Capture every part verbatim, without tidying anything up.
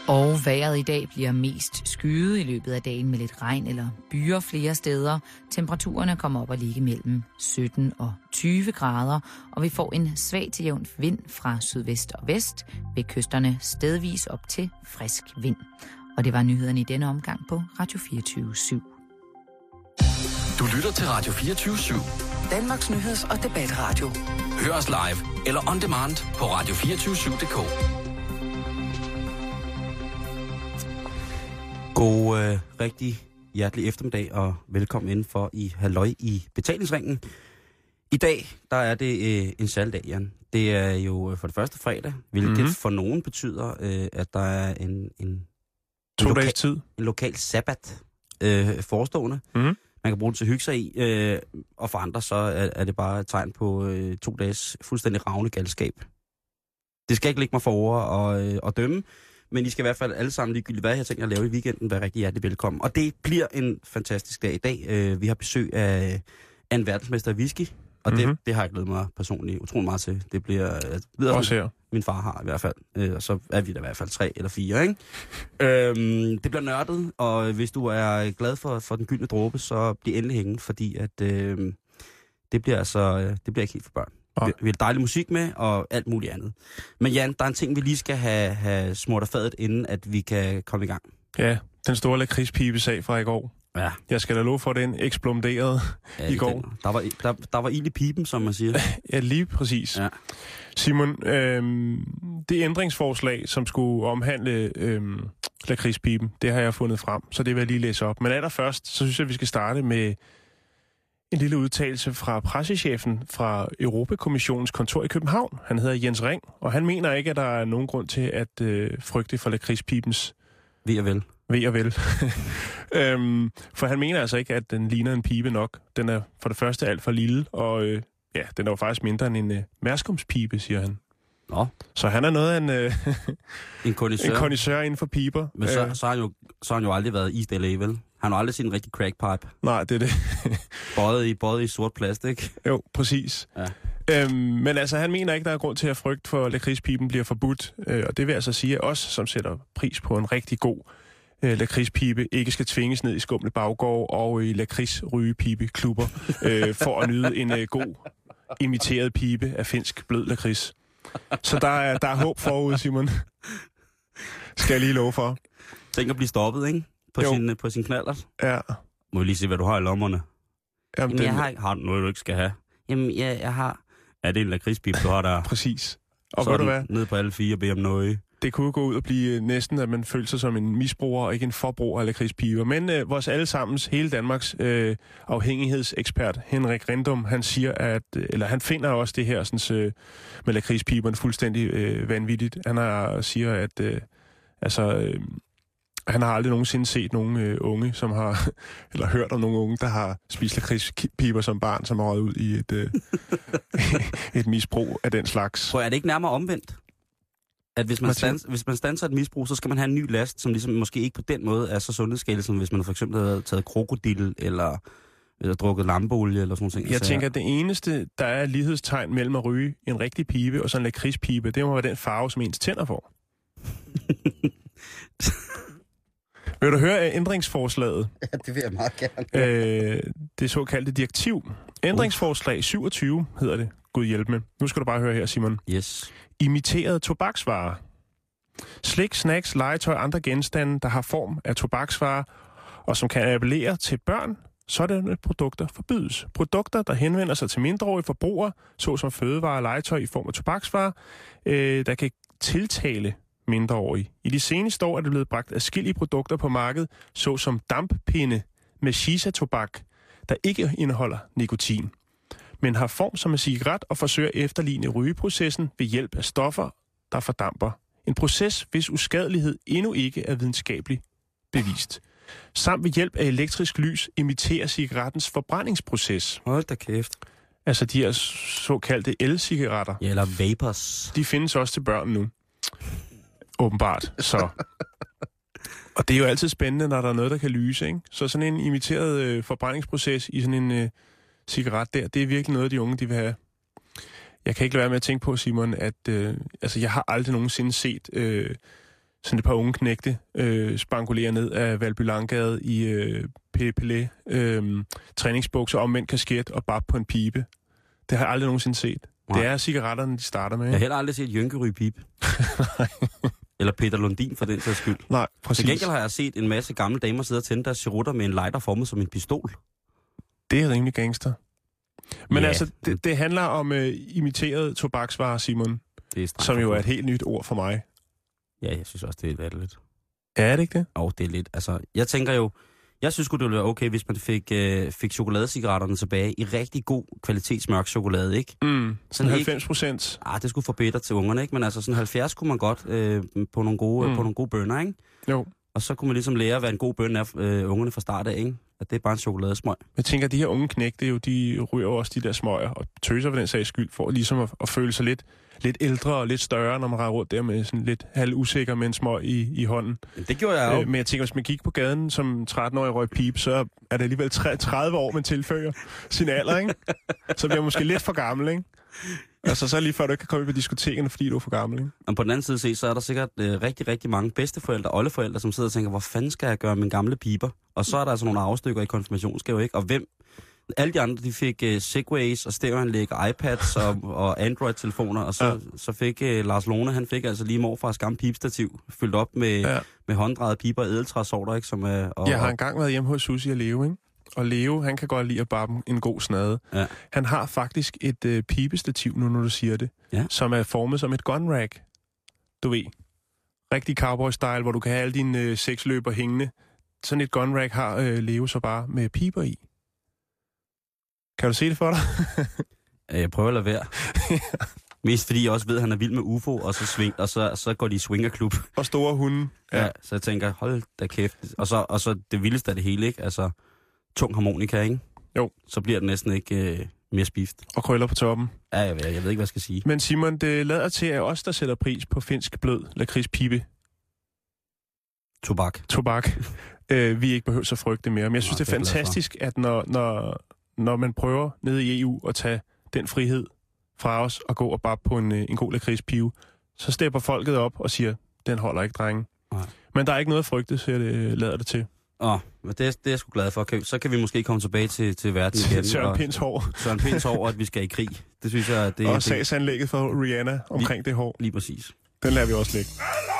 Og vejret i dag bliver mest skyet i løbet af dagen med lidt regn eller byer flere steder. Temperaturerne kommer op og ligge mellem sytten og tyve grader, og vi får en svag til jævn vind fra sydvest og vest, ved kysterne stedvis op til frisk vind. Og det var nyhederne i denne omgang på Radio fireogtyve syv. Du lytter til Radio fireogtyve syv. Danmarks nyheds- og debatradio. Hør os live eller on demand på radio to fire syv punktum d k. God øh, rigtig hjertelig eftermiddag og velkommen indenfor i Halløj i betalingsringen. I dag, der er det øh, en særlig dag, Jan. Det er jo for det første fredag, hvilket mm-hmm. for nogen betyder, øh, at der er en, en, to en, dages tid. en lokal sabbat øh, forestående. Mm-hmm. Man kan bruge det til at hygge sig i, øh, og for andre så er, er det bare et tegn på øh, to dages fuldstændig ravne galskab. Det skal ikke ligge mig for over og, øh, og dømme. Men I skal i hvert fald alle sammen ligegyldigt, hvad jeg har tænkt at lave i weekenden, være rigtig hjertelig velkommen. Og det bliver en fantastisk dag i dag. Uh, vi har besøg af, af en verdensmester i whisky, og mm-hmm. det, det har jeg glædet mig personligt utrolig meget til. Det bliver... Jeg ved også her. Min far har i hvert fald. Uh, og så er vi der i hvert fald tre eller fire, ikke? Uh, det bliver nørdet, og hvis du er glad for, for den gyldne dråbe, så bliv endelig hængende, fordi at, uh, det bliver altså... Det bliver ikke helt for børn. Vi, vi har dejlig musik med, og alt muligt andet. Men Jan, der er en ting, vi lige skal have, have smurt af fadet, inden at vi kan komme i gang. Ja, den store lakridspibe-sag fra i går. Ja. Jeg skal da love for, at den eksploderede ja, i går. Den. Der var, der, der var ild i pipen, som man siger. Ja, lige præcis. Ja. Simon, øhm, det ændringsforslag, som skulle omhandle øhm, lakridspiben, det har jeg fundet frem, så det vil jeg lige læse op. Men allerførst, så synes jeg, at vi skal starte med en lille udtalelse fra pressechefen fra Europakommissionens kontor i København. Han hedder Jens Ring, og han mener ikke, at der er nogen grund til at øh, frygte for lakridspibens ved og vel. Ved og vel. øhm, for han mener altså ikke, at den ligner en pibe nok. Den er for det første alt for lille, og øh, ja, den er jo faktisk mindre end en øh, mærskumspibe, siger han. Nå. Så han er noget af en, øh, en kondisør. en kondisør inden for piber. Men så, så, har han jo, så har han jo aldrig været i East L A, vel? Han har aldrig set en rigtig crackpipe. Nej, det er det. Både i, både i sort plastik. Jo, præcis. Ja. Øhm, men altså, han mener ikke, der er grund til at frygte for, at lakridspiben bliver forbudt. Øh, og det vil altså sige, at os, som sætter pris på en rigtig god øh, lakridspibe, ikke skal tvinges ned i skumle baggård og i lakridsrygepibeklubber øh, for at nyde en øh, god imiteret pibe af finsk blød lakrids. Så der er, der er håb forud, Simon. Skal jeg lige love for. Tænk at blive stoppet, ikke? På jo. sin, på sin knallert. Ja. Må vi lige se, hvad du har i lommerne? Jamen, Jamen den... jeg har, har du noget, du ikke skal have? Jamen, ja, jeg har... Ja, det er en lakridspip, du har der. Præcis. Og så ved du hvad? Ned på alle fire og bede om noget. Det kunne gå ud og blive næsten, at man føler sig som en misbruger og ikke en forbruger af lakridspiber. Men øh, vores allesammens, hele Danmarks øh, afhængighedsekspert, Henrik Rindum, han siger, at, eller han finder også det her sådan, øh, med lakridspiberne fuldstændig øh, vanvittigt. Han har, siger, at øh, altså... Øh, Han har aldrig nogensinde set nogen øh, unge, som har, eller hørt om nogle unge, der har spist lakridspiber som barn, som har røget ud i et, øh, et misbrug af den slags. Så er det ikke nærmere omvendt? At hvis man, stans, hvis man standser et misbrug, så skal man have en ny last, som ligesom måske ikke på den måde er så sundhedsskadelig, som hvis man for eksempel har taget krokodil eller, eller drukket lampeolie eller sådan noget. Jeg tænker, at det eneste, der er lighedstegn mellem at ryge en rigtig pibe og sådan en lakridspibe, det må være den farve, som ens tænder får. Vil du høre ændringsforslaget? Ja, det vil jeg meget gerne. Øh, det såkaldte direktiv. Ændringsforslag syvogtyve hedder det. Gud hjælp med. Nu skal du bare høre her, Simon. Yes. Imiterede tobaksvarer. Slik, snacks, legetøj og andre genstande, der har form af tobaksvarer, og som kan appellere til børn, sådanne produkter forbydes. Produkter, der henvender sig til mindreårige forbrugere, såsom fødevarer og legetøj i form af tobaksvarer, øh, der kan tiltale mindreårige. I de seneste år er det blevet bragt adskillige produkter på markedet, såsom damppinde med shisha-tobak, der ikke indeholder nikotin, men har form som en cigaret og forsøger at efterligne rygeprocessen ved hjælp af stoffer, der fordamper. En proces, hvis uskadelighed endnu ikke er videnskabeligt bevist. Samt ved hjælp af elektrisk lys imiterer cigarettens forbrændingsproces. Hold da kæft. Altså de her såkaldte el-cigaretter. Ja, eller vapors. De findes også til børn nu. Åbenbart, så. Og det er jo altid spændende, når der er noget, der kan lyse, ikke? Så sådan en imiteret øh, forbrændingsproces i sådan en øh, cigaret der, det er virkelig noget, de unge, de vil have. Jeg kan ikke lade være med at tænke på, Simon, at øh, altså, jeg har aldrig nogensinde set øh, sådan et par unge knægte øh, spankulerer ned af Valby Langgade i øh, Pelé, øh, træningsbukser, omvendt kasket og bare på en pibe. Det har jeg aldrig nogensinde set. Nej. Det er cigaretterne, de starter med. Jeg har heller aldrig set Jynke ryge pibe. Eller Peter Lundin for den sags skyld. Nej, præcis. Til gengæld har jeg set en masse gamle damer sidde og tænde deres cherutter med en lighter formet som en pistol. Det er rimelig gangster. Men ja. altså, det, det handler om uh, imiteret tobaksvarer, Simon. Det er som jo er et helt nyt ord for mig. Ja, jeg synes også, det er latterligt. Er det ikke det? Og det er lidt, altså, jeg tænker jo, jeg synes godt det ville være okay, hvis man fik, øh, fik chokoladecigaretterne tilbage i rigtig god kvalitetsmørk chokolade, ikke? Mm, sådan halvfems procent. Ah, det skulle forbedre til ungerne, ikke? Men altså sådan halvfjerds kunne man godt øh, på, nogle gode, mm. på nogle gode bønner, ikke? Jo. Og så kunne man ligesom lære, hvad en god bøn er øh, ungerne fra start af, ikke? At det er bare en chokoladesmøg. Jeg tænker, at de her unge knægte, jo, de ryger også de der smøger og tøser for den sags skyld, for ligesom at, at føle sig lidt, lidt ældre og lidt større, når man render rundt der med sådan lidt halv usikker med en smøg i, i hånden. Det gjorde jeg jo. Øh, men jeg tænker, hvis man kigger på gaden som tretten-årig røg pip, så er det alligevel tredive år, man tilføjer sin alder, ikke? Så bliver man måske lidt for gammel, ikke? Altså, så lige før du ikke kan komme på diskotekerne, fordi du er for gammel, ikke? Og på den anden side se, så er der sikkert øh, rigtig, rigtig mange bedsteforældre og oldeforældre, som sidder og tænker, hvor fanden skal jeg gøre med min gamle piber? Og så er der altså nogle afstykker i konfirmationsgave, ikke? Og hvem? Alle de andre, de fik uh, Segways og stereoanlæg og iPads og, og Android-telefoner, og så, ja. så fik uh, Lars Lone, han fik altså lige morfars gamle pipestativ, fyldt op med, ja. med hånddrejede piber og edeltræsorter, ikke? Som, uh, og, jeg har engang været hjemme hos Susie og Leo, ikke? Og Leo, han kan godt lide at barbe en god snade. Ja. Han har faktisk et uh, pibestativ, nu når du siger det, ja. som er formet som et gun rack. Du ved, rigtig cowboy-style, hvor du kan have alle dine uh, seksløber hængende. Sådan et gun rack har uh, Leo så bare med piber i. Kan du se det for dig? Jeg prøver at lade være. Mest fordi jeg også ved, at han er vild med U F O, og så, swing, og så, så går de i swingerklub. Og store hunde. Ja. ja, så jeg tænker, hold da kæft. Og så, og så det vildeste af det hele, ikke? Altså, tung harmonika, ikke? Jo. Så bliver det næsten ikke øh, mere spift. Og krøller på toppen. Ja, jeg ved, jeg ved ikke, hvad jeg skal sige. Men Simon, det lader til, at os, der sætter pris på finsk blød lakridspibe. Tobak. Tobak. øh, vi ikke behøver så frygte mere. Men jeg synes, Nå, det er fantastisk, at når... når når man prøver nede i E U at tage den frihed fra os og gå og bare på en, en god lakridspive, så stepper folket op og siger, den holder ikke, drenge. Nej. Men der er ikke noget at frygte, så det lader det til. Åh, men det, det er jeg sgu glad for. Okay, så kan vi måske komme tilbage til, til verden igen. Søren Pinds hår. Søren Pinds hår, at vi skal i krig. Det synes jeg, det Og det, sagsanlægget for Rihanna omkring lige, det hår. Lige præcis. Den lader vi også ligge.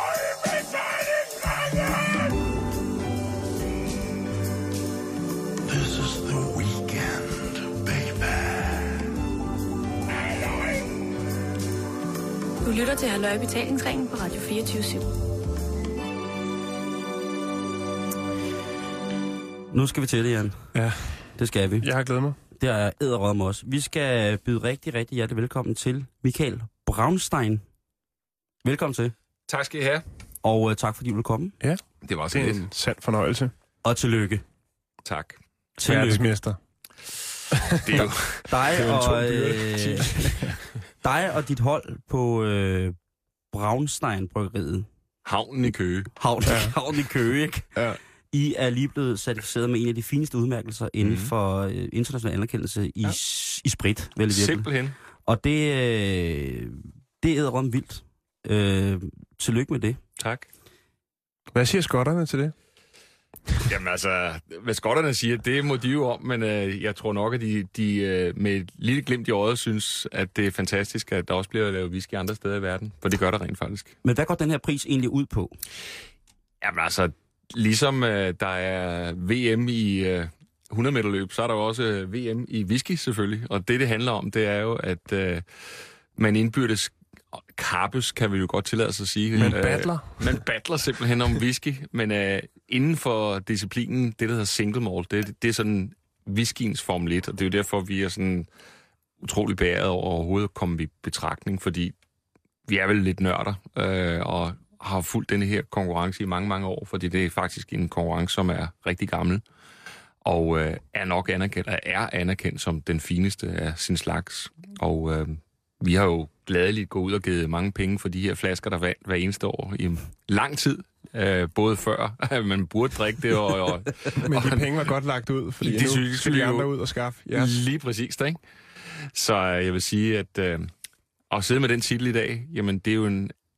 Du lytter til Halløj Betalingsringen på Radio fireogtyve syv. Nu skal vi til det, Jan. Ja. Det skal vi. Jeg har glædet mig. Det er edderrød med os. Vi skal byde rigtig, rigtig hjertelig velkommen til Michael Braunstein. Velkommen til. Tak skal I have. Og uh, tak fordi du ville komme. Ja, det var også det er en sand fornøjelse. Og tillykke. Tak. Verdensmester. Det er jo dig, det er jo og, øh, dig og dit hold på øh, Braunstein-bryggeriet. Havnen i Køge. Havn, ja. Havnen i Køge, ikke? Ja. I er lige blevet certificeret med en af de fineste udmærkelser inden mm-hmm. for øh, international anerkendelse i, ja. i sprit, vel i virkeligheden. Simpelthen. Og det, øh, det er edderom vildt. Øh, tillykke med det. Tak. Hvad siger skotterne til det? Jamen altså, hvad skotterne siger, det må de jo om, men øh, jeg tror nok, at de, de øh, med et lille glimt i øjet synes, at det er fantastisk, at der også bliver lavet whisky andre steder i verden, for det gør der rent faktisk. Men hvad går den her pris egentlig ud på? Jamen altså, ligesom øh, der er V M i øh, hundrede meter løb, så er der jo også øh, V M i whisky selvfølgelig, og det det handler om, det er jo, at øh, man indbyrdes kappes, kan vi jo godt tillade sig at sige. Man battler. Man battler simpelthen om whisky, men uh, inden for disciplinen, det der hedder single malt, det, det er sådan whiskyens formel et, og det er jo derfor, vi er sådan utrolig beæret over overhovedet at komme i betragtning, fordi vi er vel lidt nørder, uh, og har fulgt denne her konkurrence i mange, mange år, fordi det er faktisk en konkurrence, som er rigtig gammel, og uh, er nok anerkendt, er anerkendt som den fineste af sin slags, og uh, vi har jo gladeligt gået ud og givet mange penge for de her flasker, der vandt hver eneste år i lang tid. Øh, både før, at man burde drikke det, og... og Men de penge var godt lagt ud, fordi de nu synes, skal de andre ud og skaffe. Yes. Lige præcis, ikke? Så jeg vil sige, at øh, at sidde med den titel i dag, jamen det er jo en,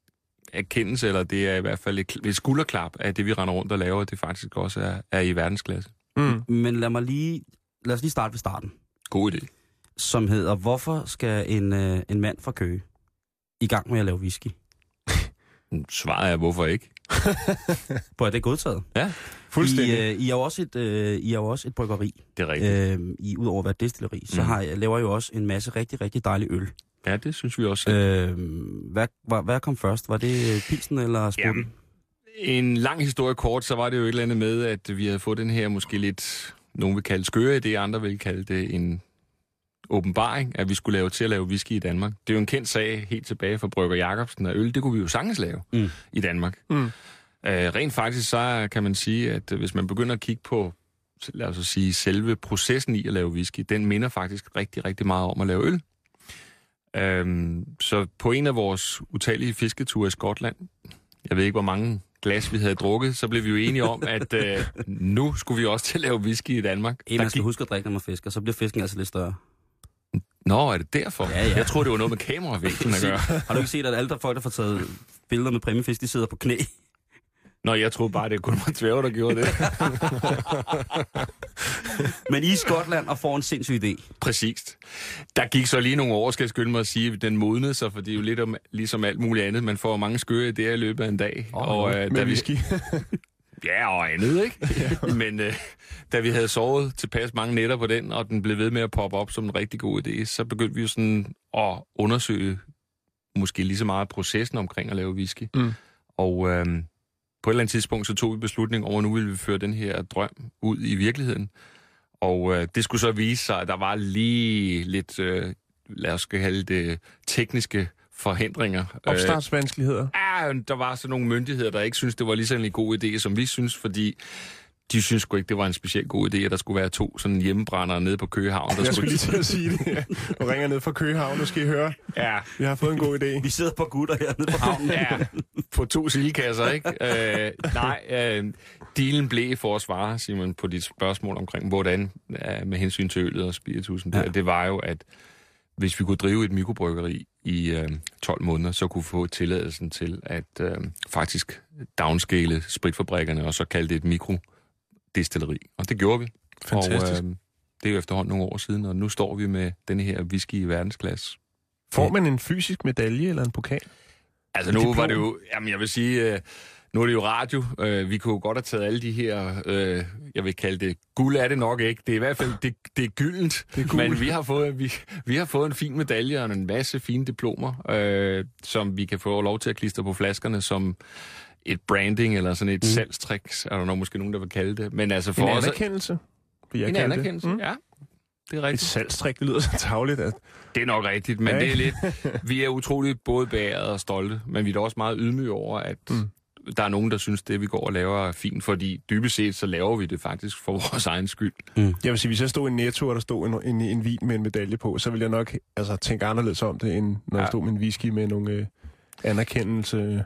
erkendelse, eller det er i hvert fald et, et skulderklap af det, vi render rundt og laver, det faktisk også er, er i verdensklasse. Mm. Men lad mig lige, lad os lige starte ved starten. God idé. Som hedder, hvorfor skal en, øh, en mand fra Køge i gang med at lave whisky? Svaret er, hvorfor ikke? Hvor er det godtaget? Ja, fuldstændig. I, øh, I er jo også et, øh, I er jo også et bryggeri. Det er rigtigt. Øh, I, Udover at være destilleri, så Mm. har jeg, laver jeg jo også en masse rigtig, rigtig dejlig øl. Ja, det synes vi også. Øh, hvad, hvad, hvad kom først? Var det pilsen eller sprutten? Jamen, en lang historie kort, så var det jo et eller andet med, at vi havde fået den her måske lidt, nogen vil kalde skøre idé, andre vil kalde det en åbenbaring, at vi skulle lave til at lave whisky i Danmark. Det er jo en kendt sag helt tilbage fra Brygger Jacobsen, og øl, det kunne vi jo sagtens lave Mm. i Danmark. Mm. Uh, rent faktisk, så kan man sige, at hvis man begynder at kigge på, lad os sige, selve processen i at lave whisky, den minder faktisk rigtig, rigtig meget om at lave øl. Uh, så på en af vores utallige fisketure i Skotland, jeg ved ikke, hvor mange glas vi havde drukket, så blev vi jo enige om, at uh, nu skulle vi også til at lave whisky i Danmark. En, man skal huske at drikke, når man fisker, så bliver fisken altså lidt større. Nå, er det derfor? Ja, ja. Jeg troede, det var noget med kameravinklen at gøre. Har du ikke set, at alle der folk, der får taget billeder med præmiefisk, de sidder på knæ? Nå, jeg troede bare, det kun var dværge, der gjorde det. Men I er i Skotland og får en sindssyg idé. Præcist. Der gik så lige nogle år, skal jeg skynde mig at sige, den modnede sig, for det er jo lidt om, ligesom alt muligt andet. Man får mange skøre idéer i løbet af en dag. Oh, og, øh, øh, med vi, whisky. ja, og andet, ikke? Ja. Men øh, da vi havde sovet tilpas mange nætter på den, og den blev ved med at poppe op som en rigtig god idé, så begyndte vi jo sådan at undersøge måske lige så meget processen omkring at lave whisky. Mm. Og øh, på et eller andet tidspunkt, så tog vi beslutning over, at nu ville vi føre den her drøm ud i virkeligheden. Og øh, det skulle så vise sig, at der var lige lidt, øh, lad os kalde det, tekniske forhindringer. Opstartsvanskeligheder. Ja, der var så nogle myndigheder, der ikke synes det var lige sådan en god idé, som vi synes, fordi de synes sgu ikke, det var en specielt god idé, at der skulle være to sådan hjemmebrændere nede på Køgehavn. Der Jeg skulle skulle lige til at sige det. Ja. Og ringer ned fra Køgehavn, nu skal I høre. Ja. Vi har fået en god idé. Vi sidder på gutter hernede på havnen. Ja, på to sildekasser, ikke? Øh, nej, øh, dealen blev for at svare, Simon, på dit spørgsmål omkring, hvordan øh, med hensyn til øllet og spiritusen. Ja. Det var jo, at hvis vi kunne drive et mikrobryggeri i øh, tolv måneder, så kunne vi få tilladelsen til at øh, faktisk downscale spritfabrikkerne, og så kalde det et mikrodestilleri. Og det gjorde vi. Fantastisk. Og øh, det er jo efterhånden nogle år siden, og nu står vi med denne her whisky i verdensklasse. Får man en fysisk medalje eller en pokal? Altså nu var det jo, jamen jeg vil sige, øh, nu er det jo radio. Øh, vi kunne jo godt have taget alle de her, øh, jeg vil kalde det, guld er det nok ikke. Det er i hvert fald, det, det er gyldent. Det er guld. Men vi har, fået, vi, vi har fået en fin medalje og en masse fine diplomer, øh, som vi kan få lov til at klistre på flaskerne som et branding eller sådan et mm. salgstrik, er der nok måske nogen, der vil kalde det. Men altså for en os, anerkendelse, vil jeg en kalde anerkendelse, det. Mm. Ja. Det er Et rigtigt. salgstrik, det lyder så tavligt. At... Det er nok rigtigt, men ja, det er lidt... Vi er utroligt både beæret og stolte, men vi er da også meget ydmyge over, at mm. der er nogen, der synes, det vi går og laver er fint, fordi dybest set, så laver vi det faktisk for vores egen skyld. Mm. Jeg vil sige, hvis jeg stod i en Netto, og der stod en, en, en vin med en medalje på, så ville jeg nok altså, tænke anderledes om det, end når ja. jeg stod med en whisky med nogle øh, anerkendelse,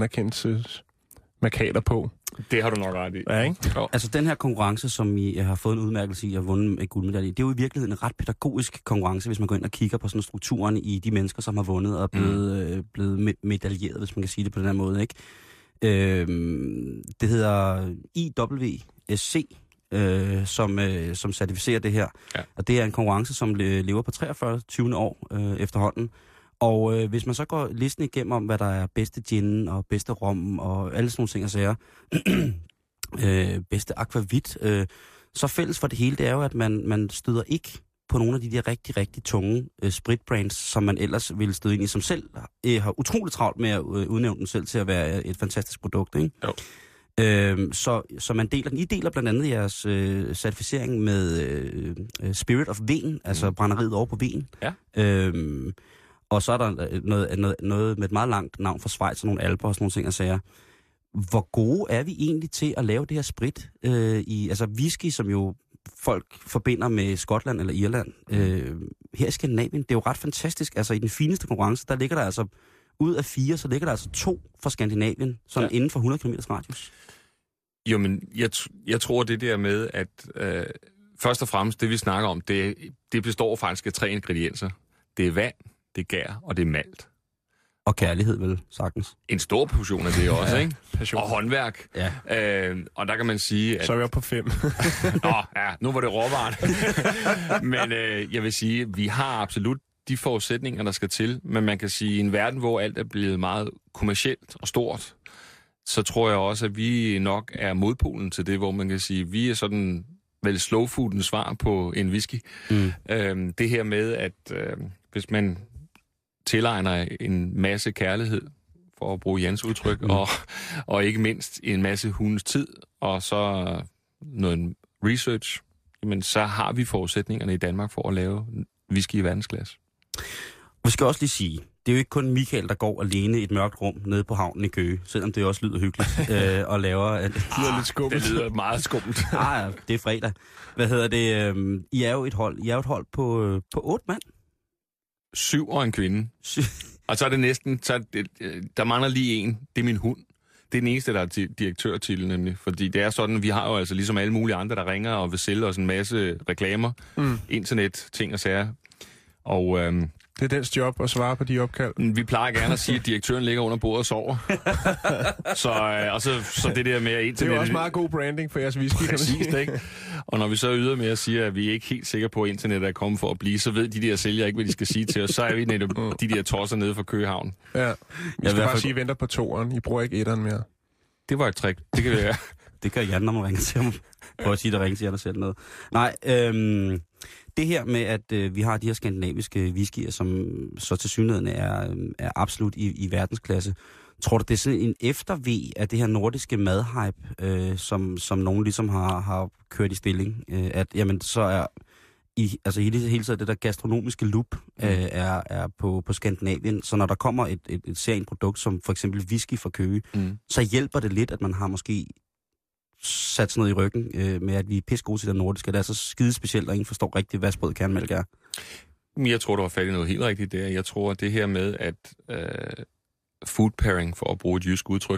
anerkendelsesmarkader på. Det har du nok ret i. Ja, ikke? Oh. Altså den her konkurrence, som I har fået en udmærkelse i at vundet en guldmedalje, det er jo i virkeligheden en ret pædagogisk konkurrence, hvis man går ind og kigger på sådan strukturen i de mennesker, som har vundet og er blevet, mm. øh, blevet medaljeret, hvis man kan sige det på den her måde, ikke? Øh, det hedder I W S C, øh, som, øh, som certificerer det her. Ja. Og det er en konkurrence, som lever på treogfyrre tyve år øh, efterhånden. Og øh, hvis man så går listen igennem om, hvad der er bedste gin og bedste rom og alle sådan nogle ting og sager, øh, bedste aquavit, øh, så fælles for det hele, det er jo, at man, man støder ikke på nogle af de der rigtig, rigtig tunge øh, spritbrands, som man ellers ville støde ind i, som selv øh, har utroligt travlt med at øh, udnævne den selv til at være et fantastisk produkt, ikke? Jo. Øh, så, så man deler den. I deler blandt andet jeres øh, certificering med øh, Spirit of Ven, altså mm. brænderiet over på Ven. Ja. Øh, Og så er der noget, noget, noget med et meget langt navn fra Schweiz og nogle alper og sådan nogle ting og sager. Hvor gode er vi egentlig til at lave det her sprit øh, i, altså whisky, som jo folk forbinder med Skotland eller Irland. Øh, her i Skandinavien, det er jo ret fantastisk. Altså i den fineste konkurrence, der ligger der altså, ud af fire, så ligger der altså to fra Skandinavien, sådan ja. inden for hundrede kilometer radius. Jo, men jeg, jeg tror det der med, at øh, først og fremmest det vi snakker om, det, det består faktisk af tre ingredienser. Det er vand, det er gær, og det er malt. Og kærlighed vel, sagtens. En stor portion af det også, Ja, ikke? passion. Og håndværk. Ja. Øh, og der kan man sige, at... Så er vi oppe på fem. Nå, ja, nu var det råvaren. Men øh, jeg vil sige, at vi har absolut de forudsætninger, der skal til. Men man kan sige, at i en verden, hvor alt er blevet meget kommercielt og stort, så tror jeg også, at vi nok er modpolen til det, hvor man kan sige, at vi er sådan vel slow foodens svar på en whisky. Mm. Øh, det her med, at øh, hvis man tilegner en masse kærlighed, for at bruge Jens udtryk, mm. og, og ikke mindst en masse hundens tid, og så noget research, jamen så har vi forudsætningerne i Danmark for at lave whisky i verdensklasse. Vi skal også lige sige, det er jo ikke kun Michael, der går alene i et mørkt rum nede på havnen i Køge, selvom det også lyder hyggeligt øh, og laver... Øh, det lyder lidt skummelt. Det lyder meget skummelt. ah, det er fredag. Hvad hedder det? Øh, I er jo et hold, I er jo et hold på, øh, på otte mand. Syv og en kvinde. Og så er det næsten, så er det, der mangler lige en, det er min hund. Det er den eneste, der er di- direktør til, nemlig. Fordi det er sådan, vi har jo altså ligesom alle mulige andre, der ringer og vil sælge os en masse reklamer, mm. internet, ting og sager. Og øhm, det er dens job at svare på de opkald. Vi plejer gerne at sige, at direktøren ligger under bordet og sover. så, øh, og så, så det der med at internet... Det er jo også meget god branding for jeres whisky, kan man sige. Det, ikke? Og når vi så yder med at sige, at vi er ikke helt sikre på, at internet er kommet for at blive, så ved de der sælgere ikke, hvad de skal sige til os. Så er vi netop de der tosser nede fra Køgehavn. Ja, vi skal bare sige, at I venter på toeren. I bruger ikke etteren mere. Det var et trick. Det kan være. Det gør Jan, når man ringer til ham. Prøv at sige, der ringer til jer, der selv noget. Nej, øhm, det her med, at øh, vi har de her skandinaviske whiskyer, som så tilsyneladende er, er absolut i, i verdensklasse. Tror du, det er sådan en eftervej af det her nordiske madhype, øh, som, som nogen ligesom har, har kørt i stilling? Øh, at jamen, så er i, altså i det hele taget det der gastronomiske loop øh, er, er på, på Skandinavien. Så når der kommer et, et, et serien produkt, som for eksempel whisky fra Køge, mm. så hjælper det lidt, at man har måske sat sådan noget i ryggen øh, med, at vi er pisse gode til det nordiske. Det er så skide specielt, og ingen forstår rigtigt, hvad sprød kernmælk er. Jeg tror, du har fat i noget helt rigtigt der. Jeg tror, at det her med, at øh, food pairing, for at bruge et jysk udtryk,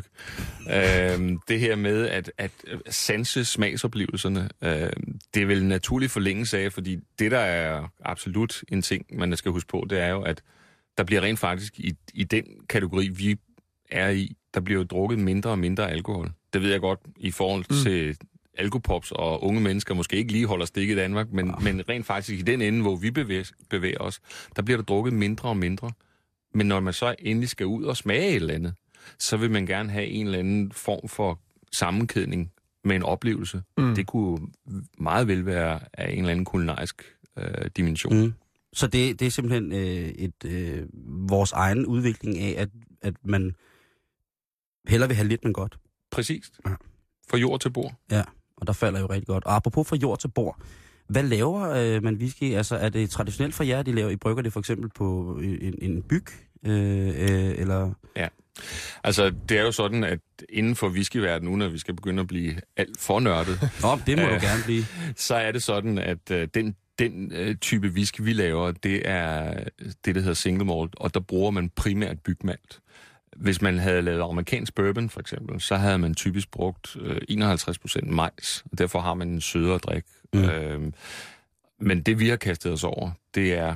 øh, det her med, at, at sanse smagsoplevelserne, øh, det er vel en naturlig forlængelse af, fordi det, der er absolut en ting, man skal huske på, det er jo, at der bliver rent faktisk i, i den kategori, vi er i, der bliver jo drukket mindre og mindre alkohol. Det ved jeg godt i forhold til mm. alkopops og unge mennesker måske ikke lige holder stik i Danmark, men, oh. men rent faktisk i den ende, hvor vi bevæger, bevæger os, der bliver der drukket mindre og mindre. Men når man så endelig skal ud og smage et eller andet, så vil man gerne have en eller anden form for sammenkædning med en oplevelse. Mm. Det kunne meget vel være af en eller anden kulinarisk øh, dimension. Mm. Så det, det er simpelthen øh, et øh, vores egen udvikling af, at, at man hellere vil have lidt, men godt. Præcis. Ja. Fra jord til bord. Ja, og der falder jo rigtig godt. Og apropos fra jord til bord, hvad laver øh, man whisky? Altså, er det traditionelt for jer, de laver? I brygger det for eksempel på en, en byg? Øh, øh, eller... Ja, altså det er jo sådan, at inden for whiskyverdenen, nu når vi skal begynde at blive alt for nørdet... Nå, det må du gerne blive. Så er det sådan, at øh, den, den øh, type whisky, vi laver, det er det, der hedder single malt, og der bruger man primært bygmalt. Hvis man havde lavet amerikansk bourbon, for eksempel, så havde man typisk brugt øh, enoghalvtreds procent majs, og derfor har man en sødere drik. Mm. Øhm, men det, vi har kastet os over, det er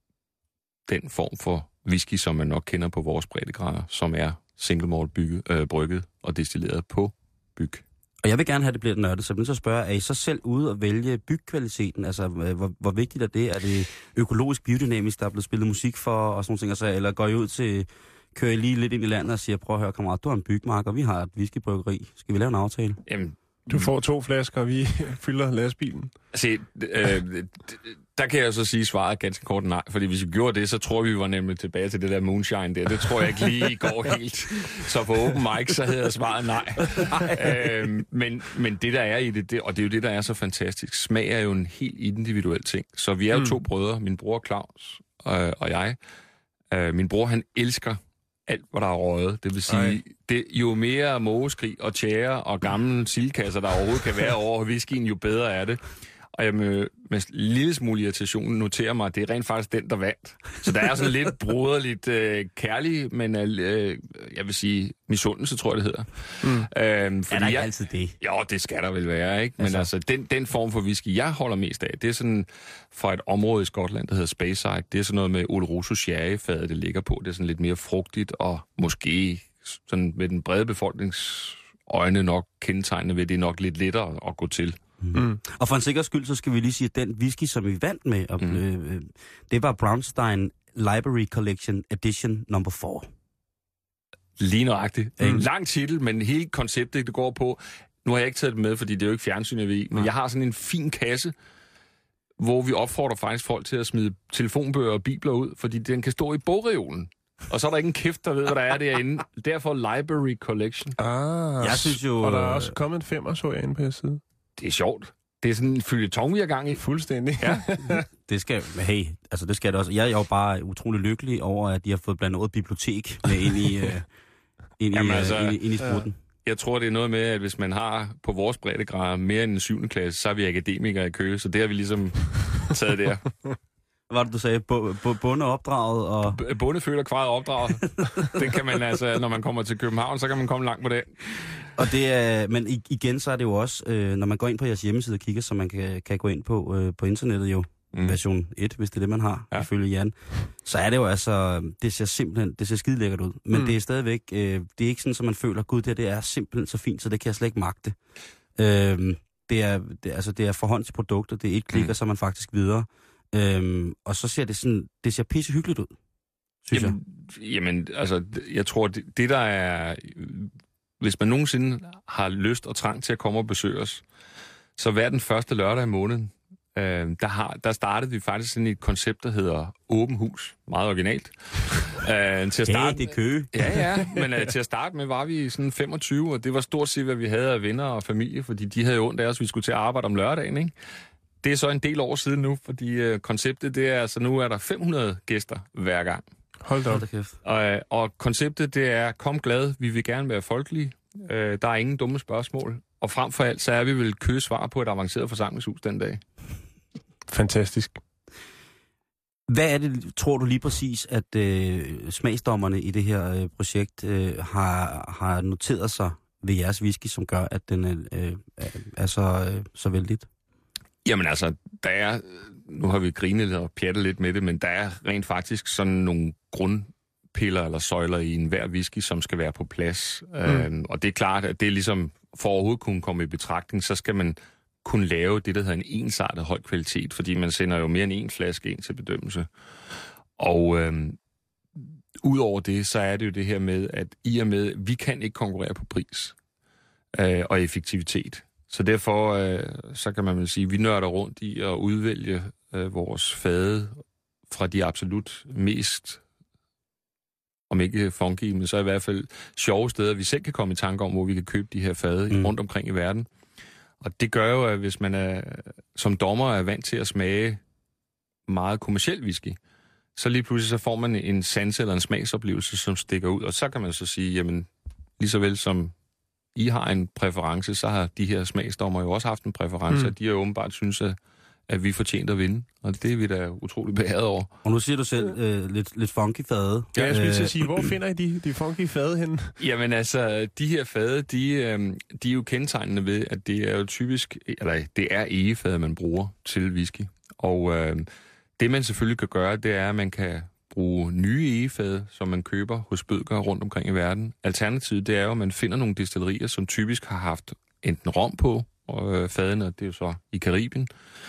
den form for whisky, som man nok kender på vores breddegrader, som er single malt bygget, øh, brygget og destilleret på byg. Og jeg vil gerne have, at det bliver nørdet, så jeg så spørge, er I så selv ude og vælge bygkvaliteten? Altså, hvor, hvor vigtigt er det? Er det økologisk, biodynamisk, der er blevet spillet musik for, og sådan nogle ting, altså, eller går I ud til... kører I lige lidt ind i landet og siger, prøv at høre, kammerat, du har en bygmark, og vi har et whiskybryggeri. Skal vi lave en aftale? Jamen, du får to flasker, og vi fylder lastbilen. Se, øh, der kan jeg så sige svaret ganske kort nej, fordi hvis vi gjorde det, så tror vi, vi var nemlig tilbage til det der moonshine der. Det tror jeg ikke lige går helt. Så på open mic, så havde jeg svaret nej. øh, men, men det, der er i det, det, og det er jo det, der er så fantastisk, smag er jo en helt individuel ting. Så vi er jo mm. to brødre, min bror Claus øh, og jeg. Øh, min bror, han elsker alt, hvad der er røget. Det vil sige, det, jo mere mågeskrig og tjære og gamle sildkasser, der overhovedet kan være over whiskyen, jo bedre er det. Og jeg med, med lille smule irritation noterer mig, at det er rent faktisk den, der vandt. Så der er sådan lidt broderligt øh, kærlig, men øh, jeg vil sige, misundelse, tror jeg, det hedder. Mm. Øhm, er der ikke jeg, altid det? Jo, det skal der vel være, ikke? Men altså, altså den, den form for whisky, jeg holder mest af, det er sådan fra et område i Skotland, der hedder Speyside. Det er sådan noget med Oloroso sherryfadet, det ligger på. Det er sådan lidt mere frugtigt, og måske sådan med den brede befolknings øjne nok kendetegnende ved, det er nok lidt lettere at gå til. Mm. Og for en sikker skyld, så skal vi lige sige, at den whisky, som vi vandt med, og, mm. øh, det var Brownstein Library Collection Edition number fire. Lige nøjagtigt. Mm. En lang titel, men hele konceptet, det går på... Nu har jeg ikke taget det med, fordi det er jo ikke fjernsyn, jeg ved, men ja. Jeg har sådan en fin kasse, hvor vi opfordrer faktisk folk til at smide telefonbøger og bibler ud, fordi den kan stå i bogreolen. Og så er der ikke en kæft, der ved, hvad der er derinde. Derfor Library Collection. Ah, jeg synes jo... Og der er også kommet en femmer, så jeg inde på jeres side. Det er sjovt. Det er sådan en føljeton, vi er gang i. Fuldstændig. Ja. Det skal, hey, altså det skal det også. Jeg er jo bare utrolig lykkelig over, at de har fået blandt andet bibliotek med ind i, uh, ind i, Jamen, altså, uh, ind i, ind i sprutten. Jeg tror, det er noget med, at hvis man har på vores breddegrad mere end en syvende klasse, så er vi akademikere i Køge, så det har vi ligesom taget der. Hvad var det, du sagde? Bondeopdraget og... Bonde føler kvaret opdraget. Det kan man altså, når man kommer til København, så kan man komme langt på det. Og det er, men igen, så er det jo også, øh, når man går ind på jeres hjemmeside og kigger, så man kan, kan gå ind på, øh, på internettet jo, mm. version et, hvis det er det, man har, ja. Ifølge Jan, så er det jo altså, det ser simpelthen, det ser skide lækkert ud. Men mm. det er stadigvæk, øh, det er ikke sådan, at man føler, gud, det, det er simpelthen så fint, så det kan jeg slet ikke magte. Øh, det, er, det, altså, det er forhåndsprodukter, det er et klikker, mm. så er man faktisk videre. Øhm, og så ser det sådan, det ser pisse hyggeligt ud, synes jamen, jeg. Jamen, altså, jeg tror, det, det der er, hvis man nogensinde har lyst og trang til at komme og besøge os, så hver den første lørdag i måneden, øh, der, har, der startede vi faktisk sådan et koncept, der hedder Åben Hus. Meget originalt. øh, til at starte, hey, det er Køge. Ja, ja, men øh, til at starte med var vi sådan femogtyve, og det var stort set, hvad vi havde af venner og familie, fordi de havde jo ondt af os, vi skulle til at arbejde om lørdagen, ikke? Det er så en del år siden nu, fordi øh, konceptet, det er, altså nu er der fem hundrede gæster hver gang. Hold da op. Og, og konceptet, det er, kom glad, vi vil gerne være folkelige, øh, der er ingen dumme spørgsmål, og frem for alt, så er vi vel køge svar på et avanceret forsamlingshus den dag. Fantastisk. Hvad er det, tror du lige præcis, at øh, smagsdommerne i det her øh, projekt øh, har, har noteret sig ved jeres whisky, som gør, at den øh, er så, øh, så vældigt? Jamen altså, der er, nu har vi grinet og pjattet lidt med det, men der er rent faktisk sådan nogle grundpiller eller søjler i enhver whisky, som skal være på plads. Mm. Øhm, og det er klart, at det er ligesom, for overhovedet kunne komme i betragtning, så skal man kunne lave det, der hedder en ensartet høj kvalitet, fordi man sender jo mere end en flaske ind til bedømmelse. Og øhm, udover det, så er det jo det her med, at i og med, vi kan ikke konkurrere på pris øh, og effektivitet. Så derfor, øh, så kan man vel sige, at vi nørder rundt i at udvælge øh, vores fade fra de absolut mest, om ikke funky, men så i hvert fald sjove steder, vi selv kan komme i tanke om, hvor vi kan købe de her fade mm. rundt omkring i verden. Og det gør jo, at hvis man er, som dommer er vant til at smage meget kommerciel whisky, så lige pludselig så får man en sans eller en smagsoplevelse, som stikker ud. Og så kan man så sige, jamen lige så vel som I har en præference, så har de her smagsdommer jo også haft en præference, mm. og de har jo åbenbart synes, at, at vi fortjente at vinde. Og det er vi da utrolig beæret over. Og nu siger du selv øh, lidt, lidt funky fade. Ja, jeg skulle til at sige, hvor finder I de, de funky fade henne? Jamen altså, de her fade, de, øh, de er jo kendetegnende ved, at det er jo typisk, eller det er egefade, man bruger til whisky. Og øh, det man selvfølgelig kan gøre, det er, at man kan bruge nye egefade, som man køber hos bødker rundt omkring i verden. Alternativet, det er jo, at man finder nogle destillerier, som typisk har haft enten rom på og øh, fadene, det er jo så i Karibien.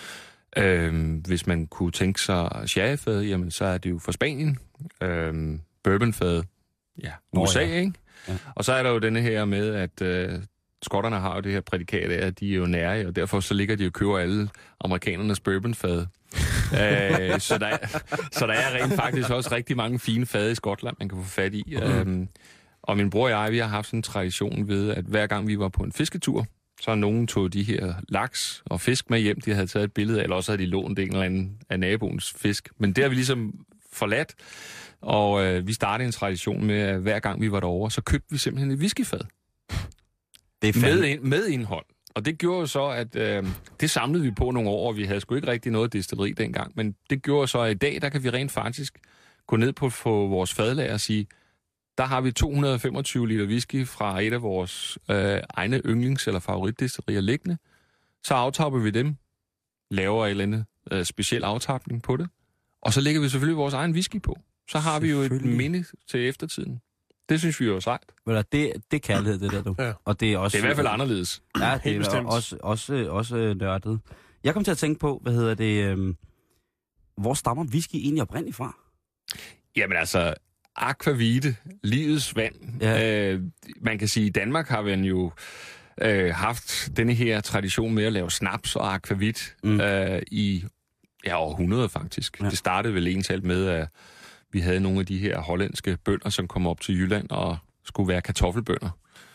Øh, hvis man kunne tænke sig sherryfade, jamen så er det jo fra Spanien. Øh, bourbonfade, ja, U S A, oh, ja. Ikke? Ja. Og så er der jo denne her med, at øh, skotterne har jo det her prædikat af, at de er jo nære, og derfor så ligger de jo og køber alle amerikanernes bourbonfade. øh, så, der er, så der er rent faktisk også rigtig mange fine fade i Skotland, man kan få fat i. Mm. Øhm, og min bror og jeg, vi har haft sådan en tradition ved, at hver gang vi var på en fisketur, så nogen tog de her laks og fisk med hjem, de havde taget et billede af, eller også havde de lånt en eller anden af naboens fisk. Men det har vi ligesom forladt, og øh, vi startede en tradition med, at hver gang vi var derovre, så købte vi simpelthen et whiskyfad. Det er med, med indhold. Og det gjorde jo så, at øh, det samlede vi på nogle år, og vi havde sgu ikke rigtig noget destilleri dengang, men det gjorde så, at i dag, der kan vi rent faktisk gå ned på, på vores fadlager og sige, der har vi to hundrede og femogtyve liter whisky fra et af vores øh, egne yndlings- eller favoritdestillerier liggende. Så aftapper vi dem, laver et eller andet øh, speciel aftapning på det, og så lægger vi selvfølgelig vores egen whisky på. Så har vi jo et minde til eftertiden. Det synes vi jo er sejt. Vel, det, det er kærlighed, det der, du. Ja. Og det er også... Det er i hvert fald anderledes. Ja, det er også, også, også nørdet. Jeg kom til at tænke på, hvad hedder det... Øh, hvor stammer whisky egentlig oprindeligt fra? Jamen altså, aquavite, livets vand. Ja. Øh, man kan sige, at i Danmark har vi jo øh, haft denne her tradition med at lave snaps og aquavit mm. øh, i ja, århundreder faktisk. Ja. Det startede vel egentlig med, at vi havde nogle af de her hollandske bønder, som kom op til Jylland og skulle være kartoffelbønder.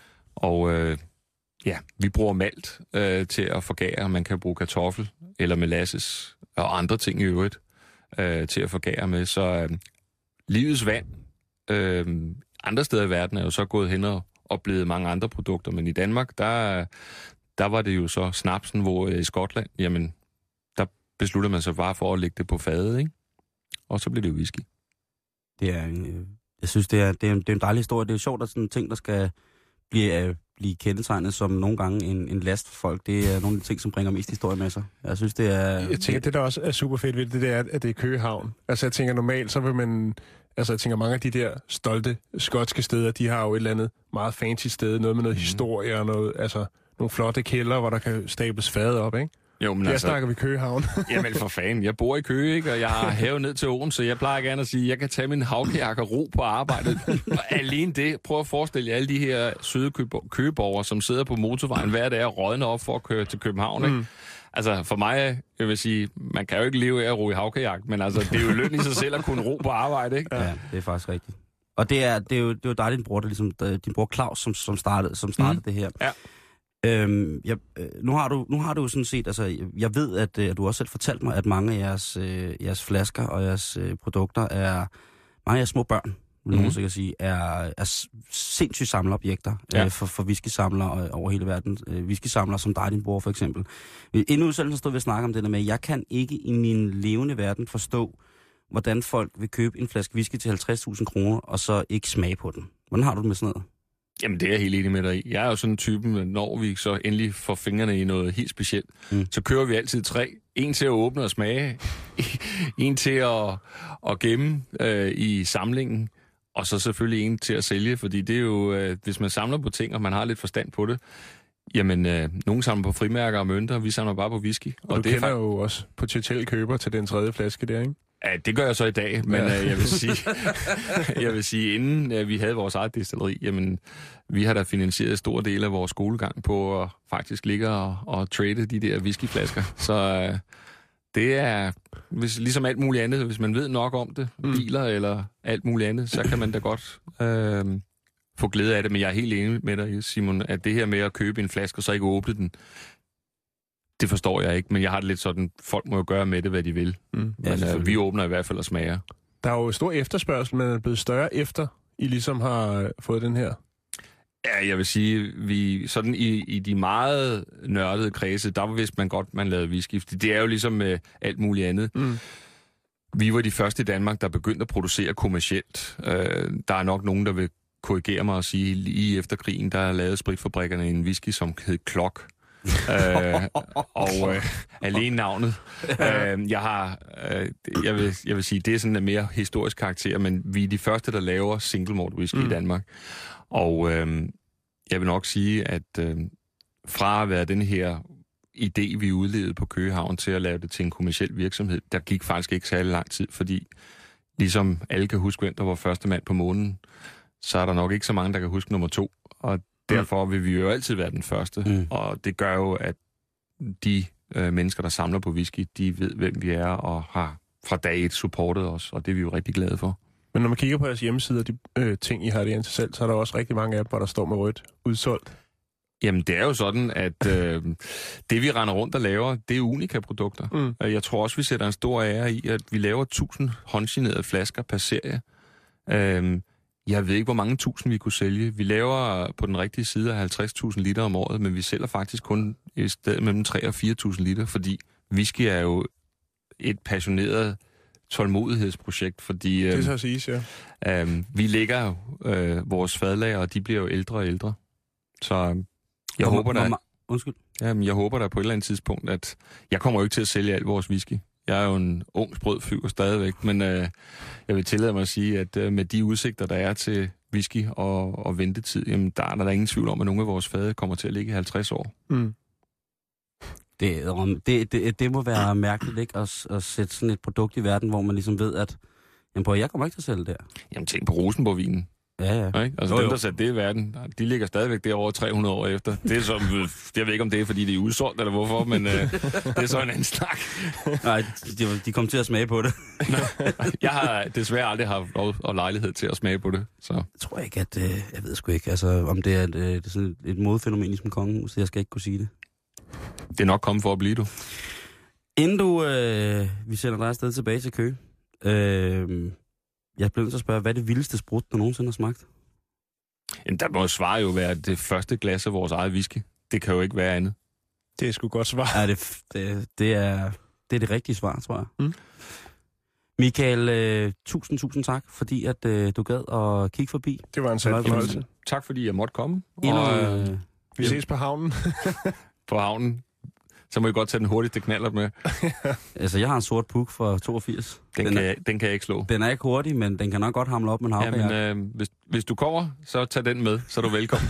Og øh, ja, vi bruger malt øh, til at forgære. Man kan bruge kartoffel eller molasses og andre ting i øvrigt øh, til at forgære med. Så øh, livets vand øh, andre steder i verden er jo så gået hen og, og blevet mange andre produkter. Men i Danmark, der, der var det jo så snapsen, hvor i Skotland, jamen, der besluttede man sig bare for at lægge det på fadet, ikke? Og så blev det jo whisky. Det er, øh, jeg synes, det er, det, er en, det er en dejlig historie. Det er jo sjovt, at sådan en ting, der skal blive, øh, blive kendetegnet som nogle gange en, en last for folk, det er nogle af de ting, som bringer mest historie med sig. Jeg synes, det er... Jeg tænker, det der også er super fedt ved det, det er, at det er Køgehavn. Altså, jeg tænker normalt, så vil man... Altså, jeg tænker, mange af de der stolte skotske steder, de har jo et eller andet meget fancy sted, noget med noget mm. historie og noget, altså, nogle flotte kælder, hvor der kan stables fad op, ikke? Jo, men der altså, snakker vi Køgehavn. Jamen for fanden, jeg bor i Køge, ikke? Og jeg har have ned til åen, så jeg plejer gerne at sige, at jeg kan tage min havkajak og ro på arbejdet. Og alene det, prøv at forestille jer alle de her søde køgeborgere, som sidder på motorvejen hver dag og rådner op for at køre til København, ikke? Mm. Altså for mig, jeg vil sige, man kan jo ikke leve af at ro i havkajak, men altså det er jo løn i sig selv at kunne ro på arbejde, ikke? Ja, det er faktisk rigtigt. Og det er, det er, jo, det er jo dig, din bror, der ligesom, din bror Claus, som, som startede, som startede mm. det her. Ja. Øhm, jeg, nu, har du, nu har du jo sådan set, altså jeg ved, at, at du også selv fortalt mig, at mange af jeres, øh, jeres flasker og jeres øh, produkter er, mange af jeres små børn, vil nogen sikkert sige, er, er sindssygt samleobjekter ja. øh, for, for whisky-samlere over hele verden. Øh, whisky-samlere som dig, din bror for eksempel. Inden udsendelsen stod vi og snakke om det der med, at jeg kan ikke i min levende verden forstå, hvordan folk vil købe en flaske whisky til halvtreds tusind kroner, og så ikke smage på den. Hvordan har du det med sådan noget? Jamen, det er jeg helt enig med dig i. Jeg er jo sådan en type, når vi så endelig får fingrene i noget helt specielt, mm. så kører vi altid tre. En til at åbne og smage, en til at, at gemme øh, i samlingen, og så selvfølgelig en til at sælge, fordi det er jo, øh, hvis man samler på ting, og man har lidt forstand på det, jamen, øh, nogen samler på frimærker og mønter, vi samler bare på whisky. Og, og du det kender er jo også potentielle køber til den tredje flaske der, ikke? Ja, det gør jeg så i dag, men ja. øh, jeg vil sige, jeg vil sige, inden øh, vi havde vores eget destilleri, jamen, vi har da finansieret stor del af vores skolegang på at faktisk ligge og, og trade de der whiskyflasker. Så øh, det er hvis, ligesom alt muligt andet, hvis man ved nok om det, mm. biler eller alt muligt andet, så kan man da godt øh, få glæde af det. Men jeg er helt enig med dig, Simon, at det her med at købe en flaske og så ikke åbne den, det forstår jeg ikke, men jeg har det lidt sådan, folk må jo gøre med det, hvad de vil. Mm. Men ja, øh, vi åbner i hvert fald og smager. Der er jo stor efterspørgsel, men er blevet større efter, I ligesom har fået den her. Ja, jeg vil sige, vi sådan i, i de meget nørdede kredse, der vidste man godt, man lavede whisky. Det er jo ligesom med alt muligt andet. Mm. Vi var de første i Danmark, der begyndte at producere kommercielt. Øh, der er nok nogen, der vil korrigere mig og sige, lige efter krigen, der lavede spritfabrikkerne en whisky, som hed Klok. øh, og øh, alene navnet. øh, jeg har, øh, jeg, vil, jeg vil sige, det er sådan en mere historisk karakter, men vi er de første, der laver single malt whisky mm. i Danmark. Og øh, jeg vil nok sige, at øh, fra at være den her idé, vi udlevede på Køgehavn til at lave det til en kommerciel virksomhed, der gik faktisk ikke særlig lang tid, fordi ligesom alle kan huske, hvem der var første mand på månen, så er der nok ikke så mange, der kan huske nummer to. Og derfor vil vi jo altid være den første, mm. og det gør jo, at de øh, mennesker, der samler på whisky, de ved, hvem vi er, og har fra dag et supportet os, og det er vi jo rigtig glade for. Men når man kigger på jeres hjemmeside og de øh, ting, I har det til selv, så er der også rigtig mange af dem, hvor der står med rødt udsolgt. Jamen, det er jo sådan, at øh, det, vi render rundt og laver, det er Unica-produkter. Mm. Jeg tror også, vi sætter en stor ære i, at vi laver tusind håndsignerede flasker per serie. Øh, Jeg ved ikke, hvor mange tusind vi kunne sælge. Vi laver på den rigtige side af halvtreds tusind liter om året, men vi sælger faktisk kun et sted mellem tre og fire tusind liter, fordi whisky er jo et passioneret tålmodighedsprojekt, fordi Det øh, så siges, ja. øh, vi lægger jo øh, vores fadlager, og de bliver jo ældre og ældre. Så øh, jeg Hvor- håber hvor da, ma- Undskyld. jamen, jeg håber da på et eller andet tidspunkt, at jeg kommer jo ikke til at sælge al vores whisky. Jeg er jo en ung sprød fyr stadigvæk, men øh, jeg vil tillade mig at sige, at øh, med de udsigter, der er til whisky og, og ventetid, jamen, der er der ingen tvivl om, at nogle af vores fade kommer til at ligge i halvtreds år. Mm. Det, om- det, det, det må være mærkeligt, ikke? At, at sætte sådan et produkt i verden, hvor man ligesom ved, at jamen, prøv, jeg kommer ikke til at sælge det her. Jamen, tænk på Rosenborg-vinen. Ja, ja. Ikke? Altså Jo, dem, jo. der satte det i verden, de ligger stadigvæk derovre tre hundrede år efter. Det er så, jeg ved ikke, om det er, fordi de er udsolgt, eller hvorfor, men øh, det er så en anden snak. Nej, de, de kom til at smage på det. Jeg har desværre aldrig haft lov og lejlighed til at smage på det. Så. Jeg tror ikke, at... Øh, jeg ved sgu ikke, altså, om det er et, øh, det er sådan et modefænomen ligesom kongehus, jeg skal ikke kunne sige det. Det er nok kommet for at blive, du. Inden du... Øh, vi sender dig afsted tilbage til Køge. Øh, jeg bliver nødt til at spørge, hvad er det vildeste sprut, du nogensinde har smagt? Jamen, der må svare jo være det første glas af vores eget whisky. Det kan jo ikke være andet. Det er sgu godt svar. Ja, det, det, det, er, det er det rigtige svar, tror jeg. Mm. Michael, øh, tusind, tusind tak, fordi at øh, du gad at kigge forbi. Det var en sand fornøjelse. Tak fordi jeg måtte komme. Endnu, Og øh, øh, Vi ses på havnen. på havnen, så må I godt tage den hurtigste knallert med. altså, jeg har en sort puk fra toogfirs. Den, Den kan, er- jeg, den kan jeg ikke slå. Den er ikke hurtig, men den kan nok godt hamle op med en havkajak. Jamen, øh, hvis, hvis du kommer, så tag den med, så er du velkommen.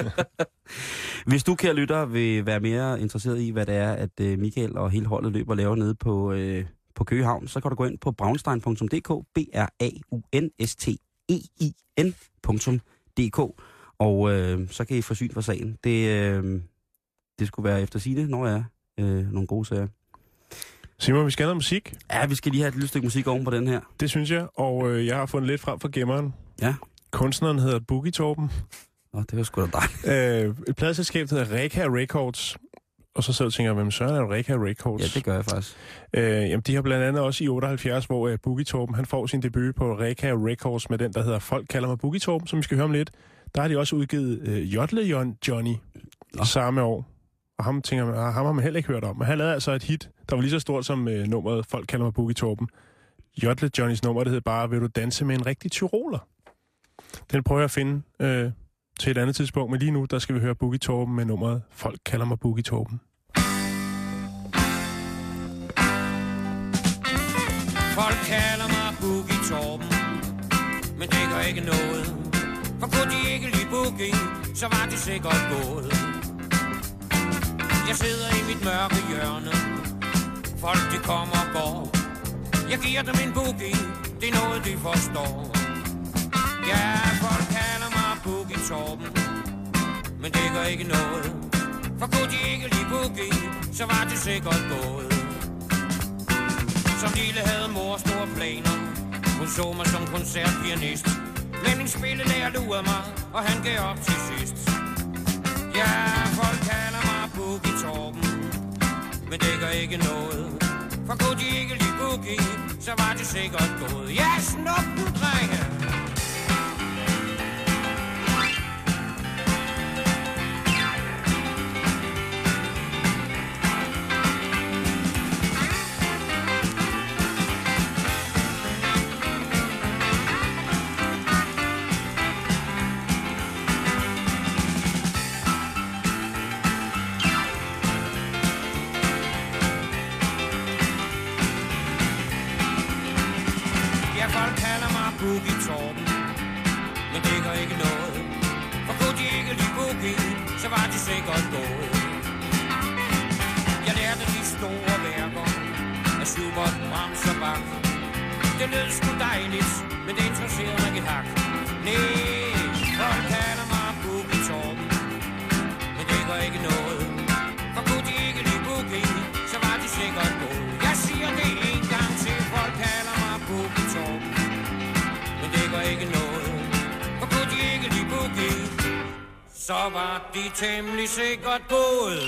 Hvis du, kære lytter, vil være mere interesseret i, hvad det er, at øh, Michael og hele holdet løber og laver nede på, øh, på Køge Havn, så kan du gå ind på braunstein punktum d k, b r a u n s t e i n punktum d k, og øh, så kan I få syn for sagen. Det, øh, det skulle være efter sigende, når jeg er øh, nogle gode sager. Simon, vi skal have noget musik. Ja, vi skal lige have et lille stykke musik oven på den her. Det synes jeg, og øh, jeg har fundet lidt frem fra gemmeren. Ja. Kunstneren hedder Boogie Torben. Nå, det var sgu da dejligt. Øh, et pladeselskab hedder Reka Records. Og så sidder jeg og tænker, hvem søren er Reka Records? Ja, det gør jeg faktisk. Øh, jamen, de har blandt andet også i otteoghalvfjerds, hvor uh, Boogie Torben, han får sin debut på Reka Records med den, der hedder Folk kalder mig Boogie Torben, som vi skal høre om lidt. Der har de også udgivet uh, Jodle Jon Johnny Nå. samme år. Og ham tænker man, ah, ham har man heller ikke hørt om. Men han lavede altså et hit, der var lige så stort som uh, nummeret Folk kalder mig Boogie Torben. Jodle Johnnys nummer, det hedder bare, vil du danse med en rigtig tyroler? Den prøver jeg at finde uh, til et andet tidspunkt, men lige nu, der skal vi høre Boogie Torben med nummeret Folk kalder mig Boogie Torben. Folk kalder mig Boogie Torben, men det gør ikke noget. For kunne de ikke lide boogie, så var de sikkert gået. Jeg sidder i mit mørke hjørne, folk de kommer og går. Jeg giver dem en boogie, det er noget de forstår. Ja, folk kalder mig Boogie Torben, men det gør ikke noget. For kunne de ikke lide boogie, så var de sikkert gået. Som lille havde mor store planer. Hun så mig som koncertpianist, men min spillelærer lurede mig, og han gav op til sidst. Ja, folk kalder mig Boogie Torben, men det gør ikke noget. For kunne de ikke lide boogie, så var det sikkert gået. Ja, snup den, drenge! Boogie Torben, men det gør ikke noget. For kunne de ikke lide boogie, så var de sikkert gået. Jeg lærte de store værker af Schubert, Brahms og Bach. Det lød sgu dejligt, men det interesserede mig ikke et hak. Næh, folk kalder mig Boogie Torben, men det gør ikke noget. For kunne de ikke lide boogie, så var de sikkert gået. Jeg siger det en gang til, folk kalder mig Boogie Torben, det gør ikke noget. For kunne de ikke lide boogie, så var de temmelig sikkert gået.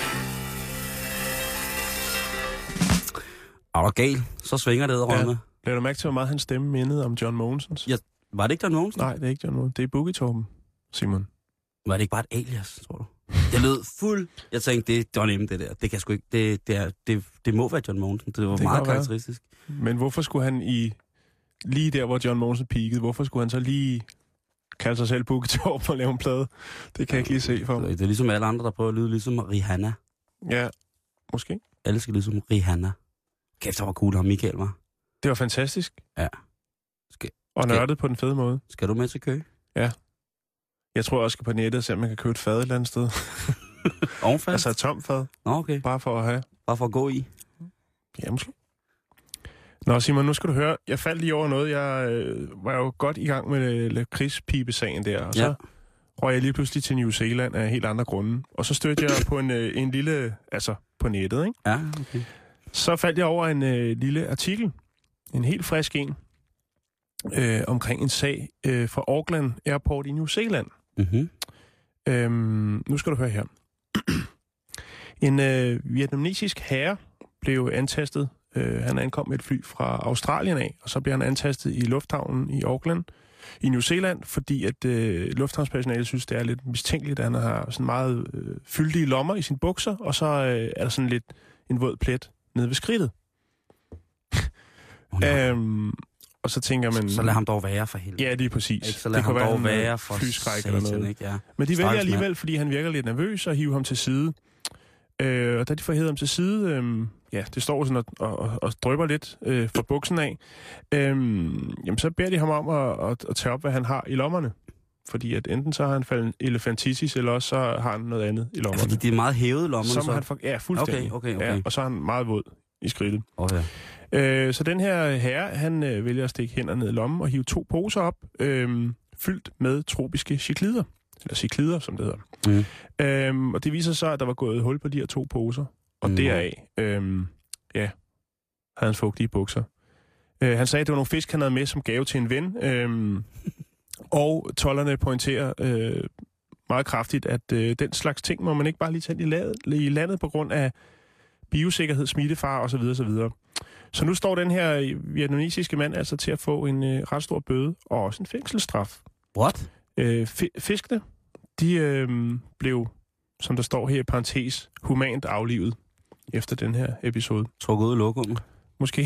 Er du gal? Så svinger det over med. Lad du mærke til, hvor meget hans stemme mindede om John Mogensens? Ja, var det ikke John Mogensen? Nej, det er ikke John Mogensen. Det er Boogie Torben, Simon. Var det ikke bare et alias, tror du? Det lød fuld. Jeg tænkte, det, det var nemt det der. Det kan sgu ikke. Det, det, er, det, det må være John Mogensen. Det var det meget karakteristisk. Men hvorfor skulle han i... Lige der, hvor John Mogensen peakede, hvorfor skulle han så lige kalde sig selv Boogie Torp og lave en plade? Det kan jeg ikke lige se for mig. Det er ligesom alle andre, der prøver at lyde ligesom Rihanna. Ja, måske. Alle skal lyde som Rihanna. Kæft, der var cool, ham Michael var. Det var fantastisk. Ja. Skal, og nørdet på den fede måde. Skal du med til Køge? Ja. Jeg tror også, skal på nettet se, om man kan købe et fad et eller andet sted. Ovenfast? Altså et tomt fad. Nå, okay. Bare for at have. Bare for at gå i? Ja, måske. Nå, Simon, nu skal du høre. Jeg faldt lige over noget. Jeg øh, var jo godt i gang med lakridspibe-sagen der, og så ja. røg jeg lige pludselig til New Zealand af helt andre grunde. Og så stødte jeg på en, øh, en lille... Altså, på nettet, ikke? Ja, okay. Så faldt jeg over en øh, lille artikel. En helt frisk en. Øh, omkring en sag øh, fra Auckland Airport i New Zealand. Mm-hmm. Øhm, nu skal du høre her. En øh, vietnamesisk herre blev antastet. Øh, han ankom med et fly fra Australien af, og så bliver han antastet i lufthavnen i Auckland i New Zealand, fordi at øh, lufthavnspersonalet synes, det er lidt mistænkeligt, at han har sådan meget øh, fyldige lommer i sine bukser, og så øh, er der sådan lidt en våd plet nede ved skridtet. Oh, øhm, og så tænker man... Så, så lad ham dog være for helvede. Ja, lige præcis. Ikke, så lad det ham kunne dog være, være for flyskræk satan, eller noget. Ikke? Ja. Men de Straks vælger alligevel, mand. fordi han virker lidt nervøs, og hiver ham til side. Øh, og da de får hævet ham til side, øh, ja, det står sådan og, og, og drypper lidt øh, fra buksen af, øh, jamen så beder de ham om at, at, at tage op, hvad han har i lommerne. Fordi at enten så har han faldet elephantitis, eller også så har han noget andet i lommerne. Ja, fordi det er meget hævet lommerne, Som så? Han for, ja, fuldstændig. Okay, okay, okay. Ja, og så er han meget våd i skridtet. Okay. Øh, så den her herre, han øh, vælger at stikke hænder ned i lommen og hive to poser op, øh, fyldt med tropiske ciklider. Eller ciklider, som det hedder. Mm. Øhm, og det viser sig, at der var gået hul på de her to poser. Og mm. deraf, øhm, ja, havde han fugtige bukser. Øh, han sagde, at det var nogle fisk, han havde med som gave til en ven. Øhm, og tolderne pointerer øh, meget kraftigt, at øh, den slags ting må man ikke bare lige tage i landet, i landet på grund af biosikkerhed, smittefare osv. osv. Så nu står den her vietnamesiske mand altså til at få en øh, ret stor bøde og også en fængselsstraf. What? Øh, fi- fiskene, de øh, blev, som der står her i parentes, humant aflivet efter den her episode. Trukket ud i lokummet. Måske.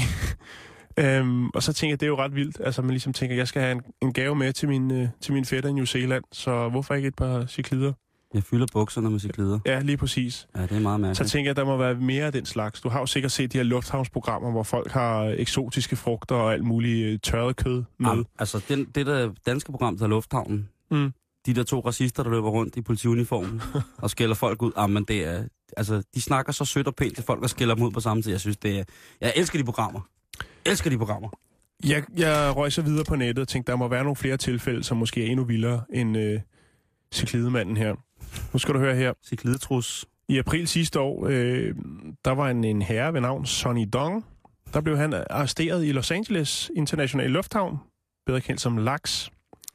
øhm, og så tænker jeg, det er jo ret vildt. Altså man ligesom tænker, jeg skal have en, en gave med til min, øh, til min fætter i New Zealand, så hvorfor ikke et par ciklider? Jeg fylder bukserne med ciklider. Ja, lige præcis. Ja, det er meget mærkeligt. Så tænker jeg, der må være mere af den slags. Du har jo sikkert set de her lufthavnsprogrammer, hvor folk har eksotiske frugter og alt muligt tørret kød med. Jamen, altså, den, det der danske program, der er Lufthavnen, mm. de der to racister, der løber rundt i politiuniformen og skælder folk ud, jamen det er, altså, de snakker så sødt og pænt til folk og skælder dem ud på samme tid. Jeg synes, det er, jeg elsker de programmer. Jeg elsker de programmer. Jeg, jeg røg så videre på nettet og tænkte, der må være nogle flere tilfælde, som måske er endnu vildere end øh, ciklidemanden her. Nu skal du høre her. Ciklidetrus. I april sidste år, øh, der var en, en herre ved navn Sonny Dong. Der blev han arresteret i Los Angeles International Lufthavn, bedre kendt som L A X.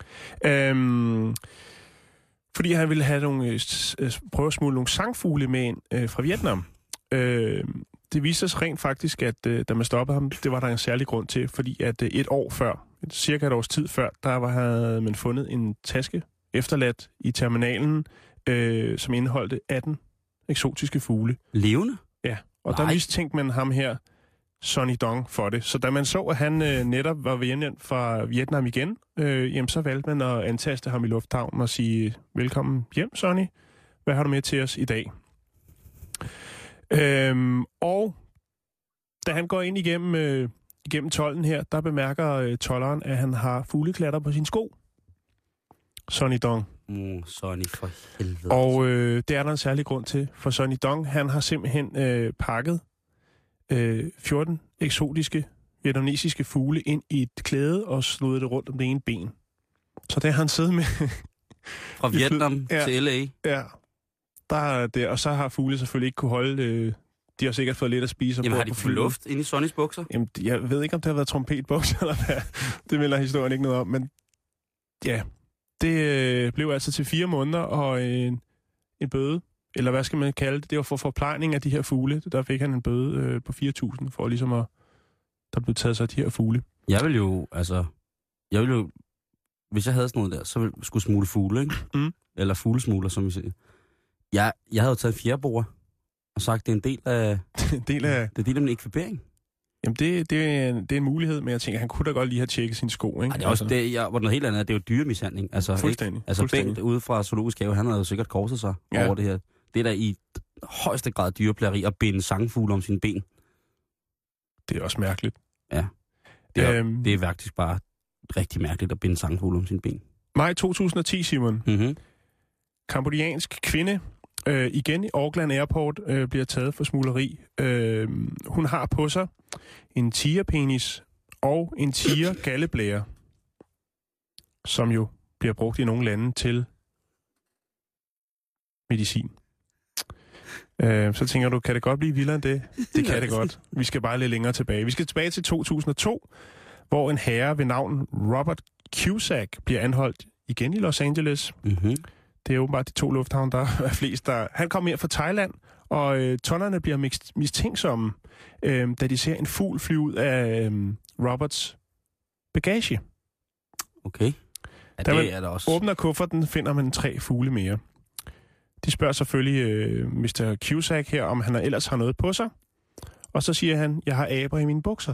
Øhm, fordi han ville have nogle, øh, prøve at smule nogle sangfugle med ind øh, fra Vietnam. Øh, det viste sig rent faktisk, at øh, da man stoppede ham, det var der en særlig grund til, fordi at øh, et år før, cirka et års tid før, der var, havde man fundet en taske efterladt i terminalen, øh, som indeholdte atten eksotiske fugle. Levende? Ja, og Nej. der mistænkte man ham her, Sonny Dong, for det. Så da man så, at han øh, netop var hjemvendt fra Vietnam igen, øh, jamen, så valgte man at antaste ham i lufthavnen og sige, velkommen hjem, Sonny. Hvad har du med til os i dag? Øhm, og da han går ind igennem, øh, igennem tolden her, der bemærker øh, tolderen, at han har fugleklatter på sine sko. Sonny Dong. Mm, Sonny, for helvede. Og øh, det er der en særlig grund til, for Sonny Dong, han har simpelthen øh, pakket øh, fjorten eksotiske vietnamesiske fugle ind i et klæde og slået det rundt om det ene ben. Så det har han siddet med. Fra Vietnam ja, til L A? Ja. Der er det, og så har fugle selvfølgelig ikke kunne holde... Øh, de har sikkert fået lidt at spise. Jamen har de fået luft ind i Sonnys bukser? Jamen, jeg ved ikke, om det har været trompetbukser eller hvad. Det melder historien ikke noget om, men ja... Det øh, blev altså til fire måneder og en, en bøde, eller hvad skal man kalde det? Det var for forplejning af de her fugle. Der fik han en bøde øh, på fire tusind for ligesom at, der blev taget sig af de her fugle. Jeg vil jo, altså, jeg vil jo, hvis jeg havde sådan noget der, så ville jeg skulle smule fugle, ikke? Mm. Eller fuglesmugler, som vi siger. Jeg, jeg havde jo taget en fjerboer og sagt, det er en del af, en del af... det er en del af min ekvibering. Jamen, det, det, er en, det er en mulighed, men jeg tænker, han kunne da godt lige have tjekket sine sko, ikke? Ej, det er også altså. det, jeg, hvor noget helt andet er, det er jo dyremishandling. Altså, fuldstændig. Altså, fuldstændig. Bengt ude fra Zoologisk Have, han havde jo sikkert korset sig ja. over det her. Det er da i højeste grad dyreplageri at binde sangfugle om sine ben. Det er også mærkeligt. Ja. Det er, øhm, det er faktisk bare rigtig mærkeligt at binde sangfugle om sine ben. Maj to tusind og ti, Simon. Mm-hmm. Kambodjansk kvinde, øh, igen i Auckland Airport, øh, bliver taget for smugleri. Øh, hun har på sig en tigerpenis og en tiger-galleblære, som jo bliver brugt i nogle lande til medicin. Øh, så tænker du, kan det godt blive vildere end det? Det kan det godt. Vi skal bare lidt længere tilbage. Vi skal tilbage til to tusind og to, hvor en herre ved navn Robert Cusack bliver anholdt igen i Los Angeles. Mm-hmm. Det er åbenbart de to lufthavne, der er flest. Der... Han kom her fra Thailand, og øh, tonnerne bliver mist- mistænksomme, øh, da de ser en fugl flyve ud af øh, Roberts bagage. Okay. Ja, da man det er der også. Åbner kufferten, finder man tre fugle mere. De spørger selvfølgelig øh, mister Cusack her, om han ellers har noget på sig. Og så siger han, jeg har aber i mine bukser.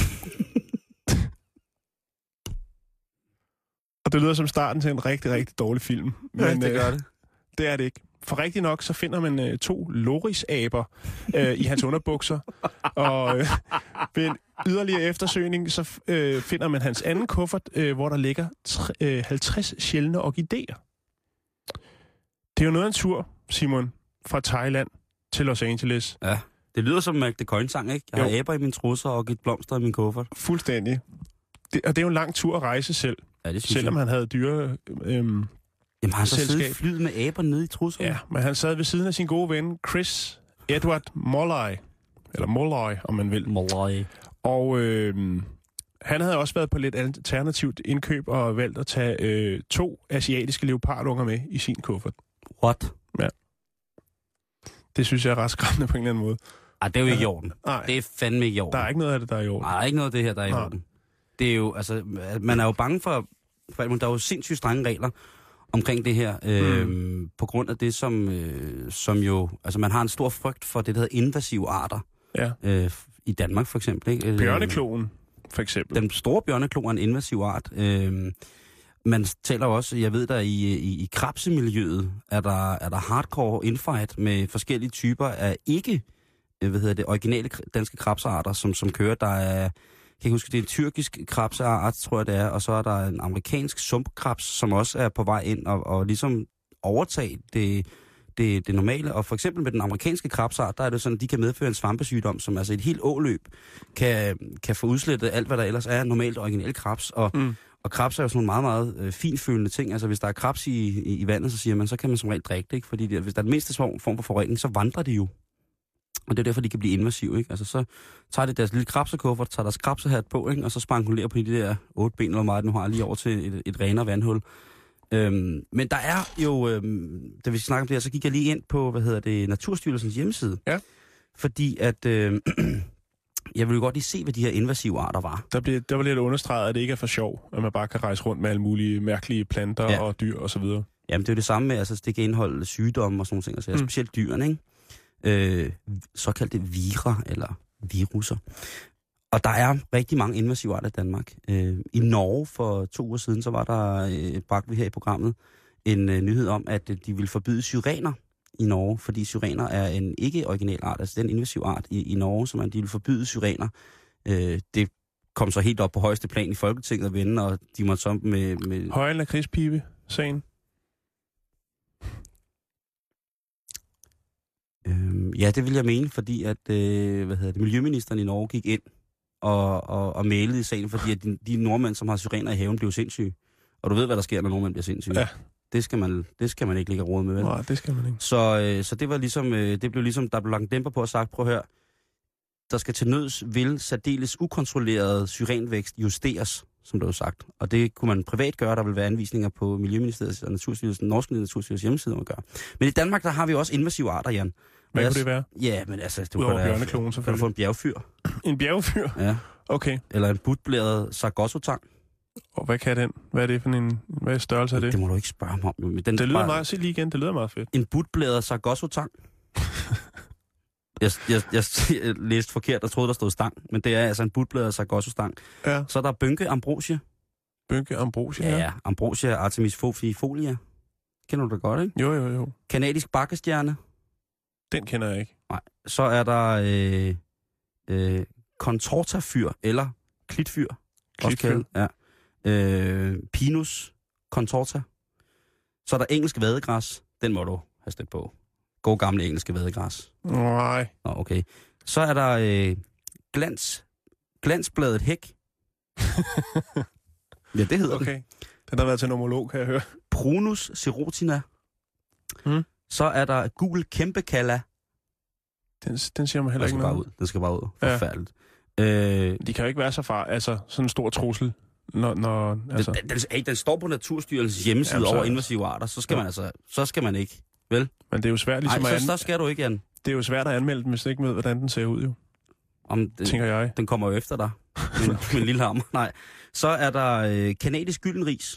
Og det lyder som starten til en rigtig, rigtig dårlig film. Men ja, det gør øh, det. Det er det ikke. For rigtig nok, så finder man øh, to lorisaber øh, i hans underbukser. Og øh, ved en yderligere eftersøgning, så øh, finder man hans anden kuffert, øh, hvor der ligger tre, øh, halvtreds sjældne orkideer. Det er jo noget af en tur, Simon, fra Thailand til Los Angeles. Ja, det lyder som Mac the Coin-sang, ikke? Jeg jo. har aber i mine trusser og givet blomster i min kuffert. Fuldstændig. Det, og det er jo en lang tur at rejse selv. Ja, det synes selvom jeg. han havde dyre... Øhm, Jamen, han så selskab. siddet flyet med aber nede i trusserne. Ja, men han sad ved siden af sin gode ven, Chris Edward Molloy. Eller Molloy, om man vil. Molloy. Og øh, han havde også været på lidt alternativt indkøb og valgt at tage øh, to asiatiske leopardunger med i sin kuffert. What? Ja. Det synes jeg er ret skræmmende på en eller anden måde. Ej, det er jo ikke i orden. Nej. Det er fandme ikke i orden. Der er ikke noget af det, der er i orden. Nej, der er ikke noget af det her, der er i orden. Det er jo, altså, man er jo bange for, for der er jo sindssygt strenge regler omkring det her, øh, mm. på grund af det, som, øh, som jo, altså man har en stor frygt for det, der hedder invasive arter. Ja. Øh, I Danmark for eksempel. Ikke? Bjørnekloen, for eksempel. Den store bjørneklo er en invasiv art. Øh, man taler også, jeg ved der i, i, i krabsemiljøet, er der, er der hardcore infight med forskellige typer af ikke, hvad hedder det, originale danske krabsearter, som, som kører. Der er, jeg kan huske, det er en tyrkisk krabseart, tror jeg det er, og så er der en amerikansk sumpkrabs, som også er på vej ind og, og ligesom overtage det, det, det normale. Og for eksempel med den amerikanske krabseart, der er det sådan, at de kan medføre en svampesygdom, som altså et helt åløb kan, kan få udslettet alt, hvad der ellers er normalt original krabs. Og, mm. og krabs er jo sådan nogle meget, meget øh, finfølende ting. Altså hvis der er krabs i, i, i vandet, så siger man, så kan man som regel drikke det, ikke? Fordi det, hvis der er den mindste form for forurening, så vandrer de jo. Og det er derfor, de kan blive invasive, ikke? Altså, så tager de deres lille krabsekuffert, tager deres krabsehat på, ikke? Og så spangulerer på de der otte ben, eller meget, nu har lige over til et, et renere vandhul. Øhm, men der er jo, øhm, da vi snakker om det her, så gik jeg lige ind på, hvad hedder det, Naturstyrelsens hjemmeside. Ja. Fordi at, øh, jeg ville godt lige se, hvad de her invasive arter var. Der, bliver, der var lidt understreget, at det ikke er for sjov, at man bare kan rejse rundt med alle mulige mærkelige planter ja. og dyr og så videre. Jamen, det er jo det samme med, altså det kan indeholde sygdomme og sådan nogle ting, altså mm. specielt dyrene, ikke? Øh, såkaldte vira eller viruser. Og der er rigtig mange invasive arter i Danmark. Øh, I Norge for to uger siden, så var der, øh, bragte vi her i programmet, en øh, nyhed om, at øh, de ville forbyde syrener i Norge, fordi syrener er en ikke-original art, altså den invasive art i, i Norge, som man de ville forbyde syrener. Øh, det kom så helt op på højeste plan i Folketinget at vende, og de måtte så med... med Højen lakridspibe, sagen. Øhm, ja, det vil jeg mene, fordi at øh, hvad hedder det, miljøministeren i Norge gik ind og, og, og malede i sagen, fordi at de, de nordmænd, som har syrener i haven, blev sindssyge. Og du ved, hvad der sker, når nordmænd bliver sindssyge. Ja. Det skal man, det skal man ikke ligge råd med, vel? Nej, det skal man ikke. Så, øh, så det var ligesom, øh, det blev ligesom, der blev lagt en dæmper på og sagt, prøv at høre, der skal til nøds vil særdeles ukontrolleret syrenvækst justeres, som der var sagt. Og det kunne man privat gøre, der vil være anvisninger på Miljøministeriets og Naturstyrelsen, Norske Naturstyrelsens hjemmeside, man gør. Men i Danmark, der har vi også invasive arter, Jan. Hvad kunne det være? Ja, men altså... Du Udover kan bjørnekloen, selvfølgelig. Kan du få en bjergfyr? En bjergfyr? Ja. Okay. Eller en butblæret sargossotang. Og hvad kan den? Hvad er det for en... Hvad er størrelse af det? Det må du ikke spørge mig om. Men den det lyder bare, meget... Se lige igen, det lyder meget fedt. En butblæder sargossotang. jeg, jeg, jeg, jeg læste forkert og troede, der stod stang. Men det er altså en butblæder sargossostang. Ja. Så er der bønke ambrosie. Bønke ambrosie, ja. Ja, ja. Ambrosia artemis folia. Kender du det godt, ikke? Jo, jo, jo. Kanadisk bakkestjerne. Den kender jeg ikke. Nej. Så er der øh, øh, contortafyr, eller klitfyr. Klitfyr. Ja. Øh, Pinus contorta. Så er der engelsk vadegræs. Den må du have stødt på. God gamle engelske vadegræs. Nej. Nå, okay. Så er der øh, glans, glansbladet hæk. Ja, det hedder Okay. den. Den har været til nomolog, kan jeg høre. Prunus serotina. Hmm. Så er der gul kæmpekalla. Den, den siger mig heller Den ikke skal bare noget. ud. Den skal bare ud. Ja. Forfærdeligt. Øh, De kan jo ikke være så far, altså sådan en stor trussel, når... når altså. den, den, hey, den står på Naturstyrelsens hjemmeside Jamen, så- over invasive arter. Så skal Ja. man altså... Så skal man ikke. Vel? Men det er jo svært ligesom Nej, at så, an... så skal du ikke, Jan. Det er jo svært at anmelde den, hvis du ikke ved, hvordan den ser ud, jo. Om den, Tænker jeg. den kommer jo efter dig. Med, med en lille hammer. Nej. Så er der øh, kanadisk gyldenris.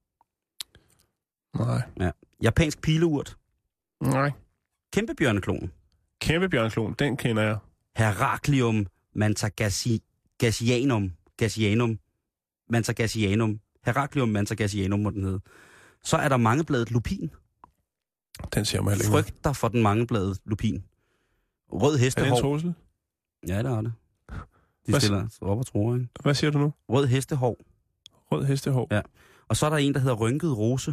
Nej. Ja. Japansk pileurt. Nej. Kæmpebjørneklon. Kæmpe bjørnklon, den kender jeg. Heraclium mantagasianum. Gasianum. Mantagasianum. Heraclium mantagasianum må den hedde. Så er der mangebladet lupin. Den siger mig heller ikke. Frygter for den mangebladet lupin. Rød Er det en hestehov. trussel? Ja, det er det. De Hvad- stiller sig op og tror, ikke? Hvad siger du nu? Rød hestehov. Rød hestehår. Ja. Og så er der en, der hedder rynket rose.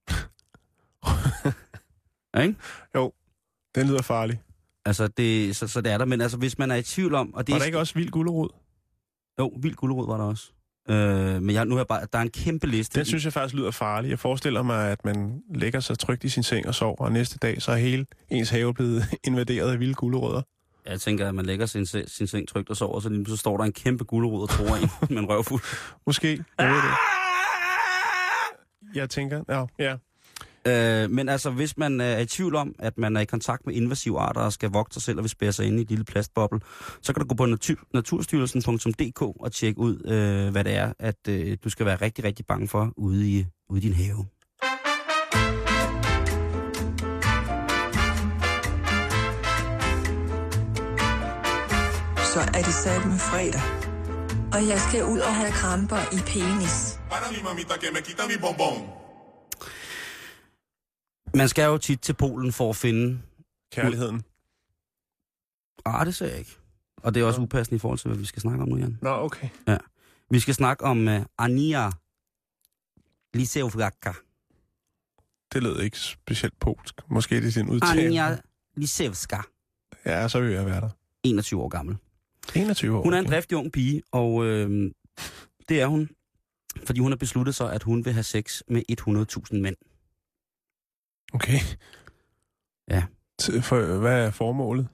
Ja, ikke? Jo, den lyder farlig. Altså, det, så, så det er der. Men altså, hvis man er i tvivl om... Og det Var er, der ikke også vild gulerod? Jo, vild gulerod var der også. Øh, men jeg, nu er jeg bare... Der er en kæmpe liste. Den synes jeg faktisk lyder farlig. Jeg forestiller mig, at man lægger sig trygt i sin seng og sover, og næste dag så er hele ens have blevet invaderet af vilde gulerødder. Jeg tænker, at man lægger sin, sin seng trygt og sover, så, lige, så står der en kæmpe gulerod og tror en med en røvfuld. Måske. Jeg ved det. Jeg tænker, ja, ja. Øh, men altså, hvis man er i tvivl om, at man er i kontakt med invasive arter og skal vogte sig selv og vil spære sig inde i en lille plastboble, så kan du gå på natur, naturstyrelsen punktum d k og tjekke ud, øh, hvad det er, at øh, du skal være rigtig, rigtig bange for ude i, ude i din have. Så er det satme fredag. Og jeg skal ud og have kramper i penis. Man skal jo tit til Polen for at finde... Kærligheden. Ah, det ser jeg ikke. Og det er også upassende i forhold til, hvad vi skal snakke om nu, Jan. Nå, okay. Ja. Vi skal snakke om uh, Ania Lisevska. Det lød ikke specielt polsk. Måske det er sin udtale. Ania Lisevska. Ja, så vil jeg være der. enogtyve år gammel. enogtyve år. Hun er en okay. driftig ung pige, og øh, det er hun, fordi hun har besluttet sig, at hun vil have sex med hundrede tusind mænd. Okay. Ja. T- For, hvad er formålet?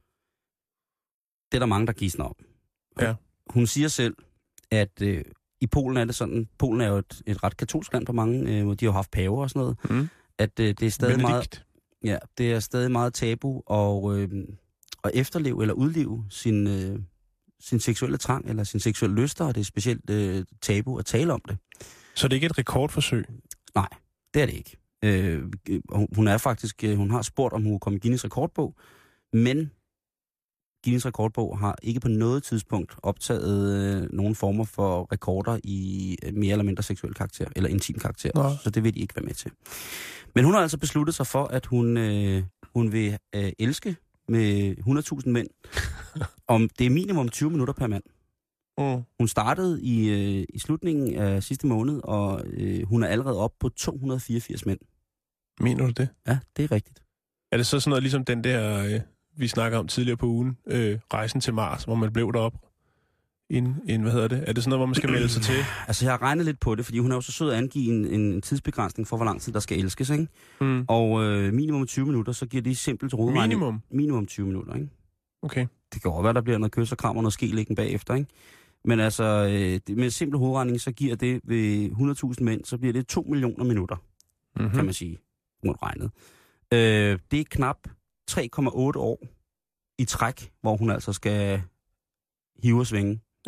Det er der mange, der gisner om. Ja. Hun siger selv, at øh, i Polen er det sådan, Polen er jo et, et ret katolsk land på mange, øh, hvor de har haft pave og sådan noget, Mm. at øh, det er stadig Benedikt. meget, ja, det er stadig meget tabu og øh, at efterleve eller udleve sin, øh, sin seksuelle trang eller sin seksuelle lyster, og det er specielt øh, tabu at tale om det. Så det er ikke et rekordforsøg? Nej, det er det ikke. Øh, hun er faktisk, hun har spurgt, om hun kunne komme i Guinness rekordbog, men Guinness rekordbog har ikke på noget tidspunkt optaget øh, nogen former for rekorder i øh, mere eller mindre seksuel karakter, eller intim karakter, Nå. så det vil de ikke være med til. Men hun har altså besluttet sig for, at hun, øh, hun vil øh, elske med hundrede tusind mænd, om det er minimum tyve minutter per mand. Mm. Hun startede i, øh, i slutningen af sidste måned, og øh, hun er allerede oppe på to hundrede fireogfirs mænd. Mener du det? Ja, det er rigtigt. Er det så sådan noget ligesom den der, øh, vi snakker om tidligere på ugen, øh, rejsen til Mars, hvor man blev deroppe? Inden, inden, hvad hedder det? Er det sådan noget, hvor man skal melde sig til? Altså, jeg har regnet lidt på det, fordi hun er jo så sød at angive en, en tidsbegrænsning for, hvor lang tid der skal elskes, ikke? Mm. Og øh, minimum tyve minutter, så giver det simpelt rådregning. Minimum? Minimum tyve minutter, ikke? Okay. Det kan også være, der bliver noget kys og kram og noget skelæggen bagefter, ikke? Men altså, øh, det, med simpel hovedregning, så giver det ved hundrede tusind mænd, så bliver det to millioner minutter, Mm-hmm. kan man sige, rundt regnet. Øh, det er knap tre komma otte år i træk, hvor hun altså skal hive og svinge. Ja.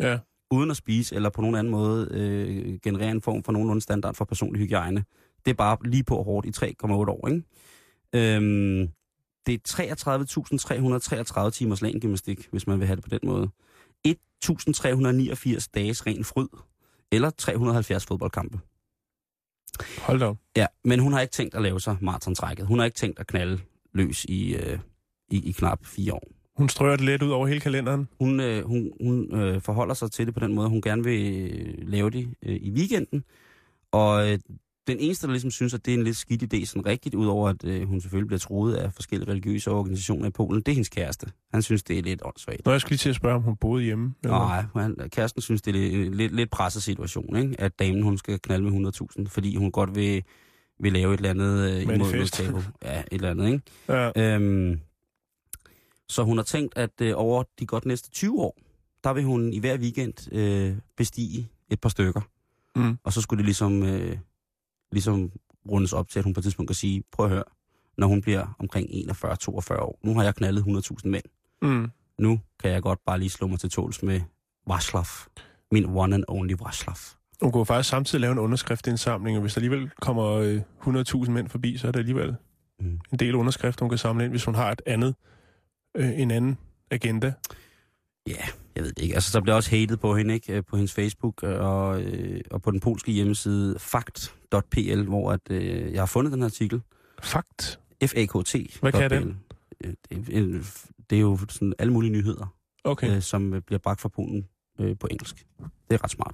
uden at spise, eller på nogen anden måde øh, generere en form for nogenlunde standard for personlig hygiejne. Det er bare lige på hårdt i tre komma otte år, ikke? Øhm, det er treogtredive tusind tre hundrede og treogtredive timers langymnastik, hvis man vil have det på den måde. et tusind tre hundrede og niogfirs dages ren fryd, eller tre hundrede og halvfjerds fodboldkampe. Hold da op. Ja, men hun har ikke tænkt at lave sig maratontrækket. Hun har ikke tænkt at knalde løs i, øh, i, i knap fire år. Hun strøger det lidt ud over hele kalenderen. Hun, øh, hun, hun øh, forholder sig til det på den måde, hun gerne vil øh, lave det øh, i weekenden. Og øh, den eneste, der ligesom synes, at det er en lidt skidt idé, sådan rigtigt, udover at øh, hun selvfølgelig bliver truet af forskellige religiøse organisationer i Polen, det er hendes kæreste. Han synes, det er lidt åndssvagt. Nå, jeg skulle lige til at spørge, om hun boede hjemme. Nej, han, kæresten synes, det er en lidt, lidt presset situation, ikke? At damen, hun skal knalde med hundrede tusind, fordi hun godt vil, vil lave et eller andet øh, imod noget. Ja, et eller andet, ikke? Ja. Øhm, så hun har tænkt, at øh, over de godt næste tyve år, der vil hun i hver weekend øh, bestige et par stykker. Mm. Og så skulle det ligesom... Øh, ligesom rundes op til, at hun på et tidspunkt kan sige, prøv at høre, når hun bliver omkring enogfyrre til toogfyrre år, nu har jeg knaldet hundrede tusind mænd. Mm. Nu kan jeg godt bare lige slå mig til tåls med Václav. Min one and only Václav. Hun kunne faktisk samtidig lave en underskriftindsamling, og hvis der alligevel kommer øh, hundrede tusind mænd forbi, så er det alligevel mm. en del underskrifter, hun kan samle ind, hvis hun har et andet, øh, en anden agenda. Ja, yeah, jeg ved det ikke. Altså, der bliver også hatet på hende, ikke? På hendes Facebook og, øh, og på den polske hjemmeside fakt punktum p l, hvor at, øh, jeg har fundet den her artikel. Fakt? F A K T. Hvad kan den? Det er, det er jo sådan alle mulige nyheder, okay. øh, som bliver bragt fra Polen øh, på engelsk. Det er ret smart.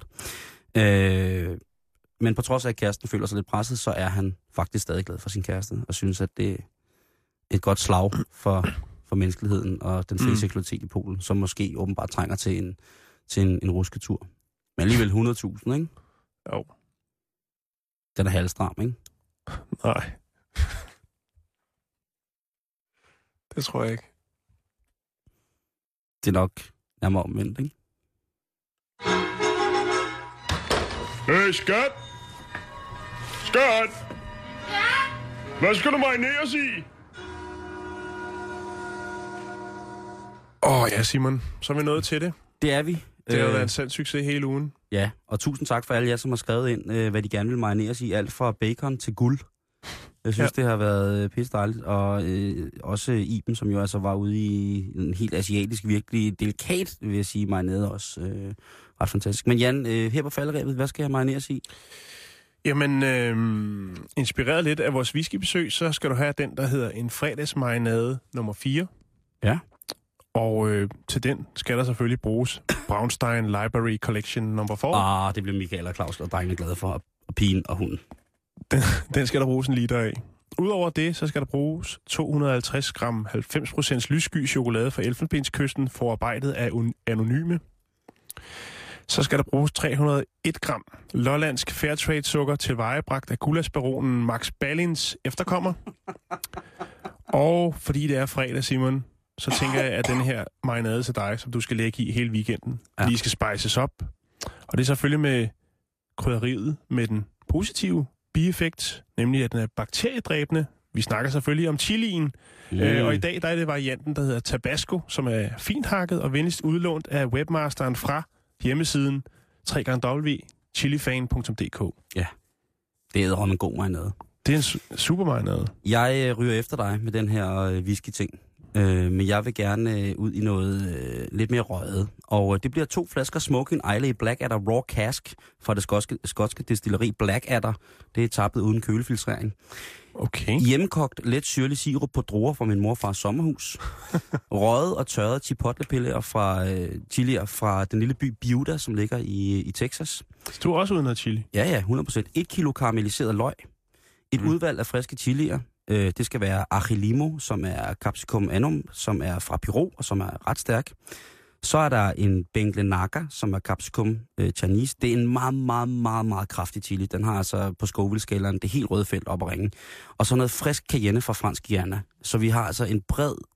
Øh, men på trods af, at kæresten føler sig lidt presset, så er han faktisk stadig glad for sin kæreste, og synes, at det er et godt slag for... for menneskeligheden og den frie mm. seksualitet i Polen, som måske åbenbart trænger til en, til en, en rusketur. Men alligevel hundrede tusind, ikke? Jo. Den er halvstram, ikke? Nej. Det tror jeg ikke. Det er nok nærmere omvendt, ikke? Hey, skat! Skat! Ja? Hvad skal du marineres i? Åh oh, ja, Simon. Så er vi nået til det. Det er vi. Det har øh, været en sand succes hele ugen. Ja, og tusind tak for alle jer, som har skrevet ind, øh, hvad de gerne vil marineres i. Alt fra bacon til guld. Jeg synes, ja. Det har været pisse dejligt. Og øh, også Iben, som jo altså var ude i en helt asiatisk, virkelig delikat, vil jeg sige, marineret også. Øh, ret fantastisk. Men Jan, øh, her på falderæbet, hvad skal jeg marineres i? Jamen, øh, inspireret lidt af vores whiskybesøg, så skal du have den, der hedder en fredagsmarinade nummer fire. Ja. Og øh, til den skal der selvfølgelig bruges Braunstein Library Collection nummer fire. Ah, det bliver Michael og Claus og drengene glade for, og pigen og hunden. Den, den skal der bruges en liter af. Udover det, så skal der bruges to hundrede og halvtreds gram halvfems procent lyssky chokolade fra Elfenbenskysten, forarbejdet af anonyme. Så skal der bruges tre hundrede og en gram lollandsk Fairtrade sukker tilvejebragt af gulasbaronen Max Ballins efterkommer. Og fordi det er fredag, Simon, så tænker jeg, at den her marinade til dig, som du skal lægge i hele weekenden, ja. lige skal spices op. Og det er selvfølgelig med krydderiet med den positive bieffekt, nemlig at den er bakteriedræbende. Vi snakker selvfølgelig om chilien. Mm. Øh, og i dag der er det varianten, der hedder Tabasco, som er fint hakket og venligst udlånt af webmasteren fra hjemmesiden w w w punktum chilifan punktum d k. Ja, det er en god marinade. Det er en su- super marinade. Jeg øh, ryger efter dig med den her øh, whisky-ting. Øh, men jeg vil gerne øh, ud i noget øh, lidt mere røget. Og øh, det bliver to flasker Smoking Islay Blackadder Raw Cask fra det skotske, skotske destilleri Blackadder. Det er tappet uden kølefiltrering. Okay. Hjemmekogt, let syrlig sirup på druer fra min morfars sommerhus. Røget og tørret chipotle-pilleer fra øh, chilier fra den lille by Buda, som ligger i, i Texas. Du er også uden noget chili? Ja, ja, hundrede procent. Et kilo karamelliseret løg. Et mm. udvalg af friske chilier. Øh, det skal være ají limo, som er capsicum annum, som er fra Peru, og som er ret stærk. Så er der en Bengle Naga, som er capsicum øh, Chinese. Det er en meget, meget, meget, meget kraftig chili. Den har altså på Scoville-skalaen det helt røde felt op at ringe. Og så noget frisk cayenne fra fransk Guyana. Så vi har altså en bred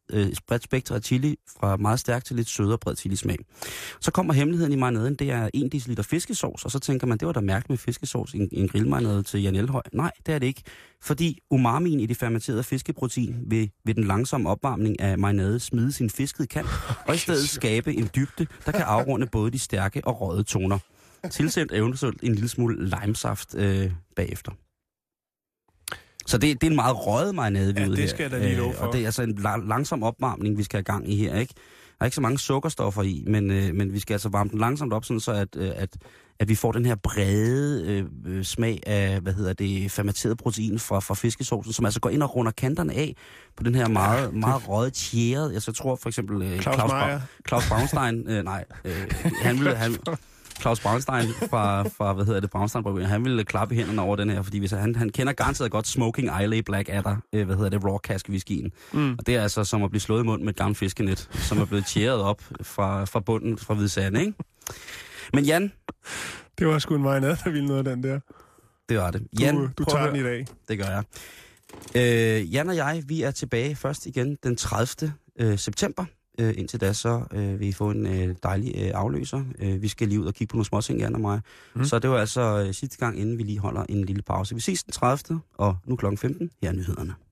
øh, et bredt spektrum af chili, fra meget stærk til lidt sød og bred chilismag. Så kommer hemmeligheden i marinaden, det er en deciliter fiskesauce, og så tænker man, det var da mærkeligt med fiskesauce i en, en grillmarinade til Jan Elhøj. Nej, det er det ikke, fordi umamien i det fermenterede fiskeprotein vil ved den langsomme opvarmning af marinade smide sin fiskede kant, og i stedet skabe en dybde, der kan afrunde både de stærke og røde toner. Tilsæt eventuelt en lille smule limesaft øh, bagefter. Så det, det er en meget røget marinade, vi ja, ude det her. skal jeg da lige love for. Og det er altså en la- langsom opvarmning, vi skal have gang i her, ikke? Der er ikke så mange sukkerstoffer i, men, øh, men vi skal altså varme den langsomt op, sådan så at, øh, at, at vi får den her brede øh, smag af, hvad hedder det, fermenteret protein fra, fra fiskesaucen, som altså går ind og runder kanterne af på den her meget, ja, meget røde tjæret. Jeg så tror for eksempel øh, Claus, Claus, Ba- Claus Braunstein, øh, nej, øh, han ville... Han, Claus Braunstein fra, fra, hvad hedder det, Braunstein, han ville klappe hænderne over den her, fordi hvis han, han kender garanteret godt Smoking Islay Black Adder, øh, hvad hedder det, raw cask whiskyen. Mm. Og det er altså som at blive slået i munden med et gammelt fiskenet, som er blevet tjæret op fra, fra bunden fra Hvide Sande, ikke? Men Jan... Det var sgu en marinade, der ville noget af den der. Det var det. Jan, du du tager den i dag. Det gør jeg. Øh, Jan og jeg, vi er tilbage først igen den tredivte Øh, september. Øh, indtil da, så øh, vil I få en øh, dejlig øh, afløser. Øh, vi skal lige ud og kigge på nogle småting, Jan og mig. Mm. Så det var altså øh, sidste gang, inden vi lige holder en lille pause. Vi ses den tredivte og nu klokken femten. Her er nyhederne.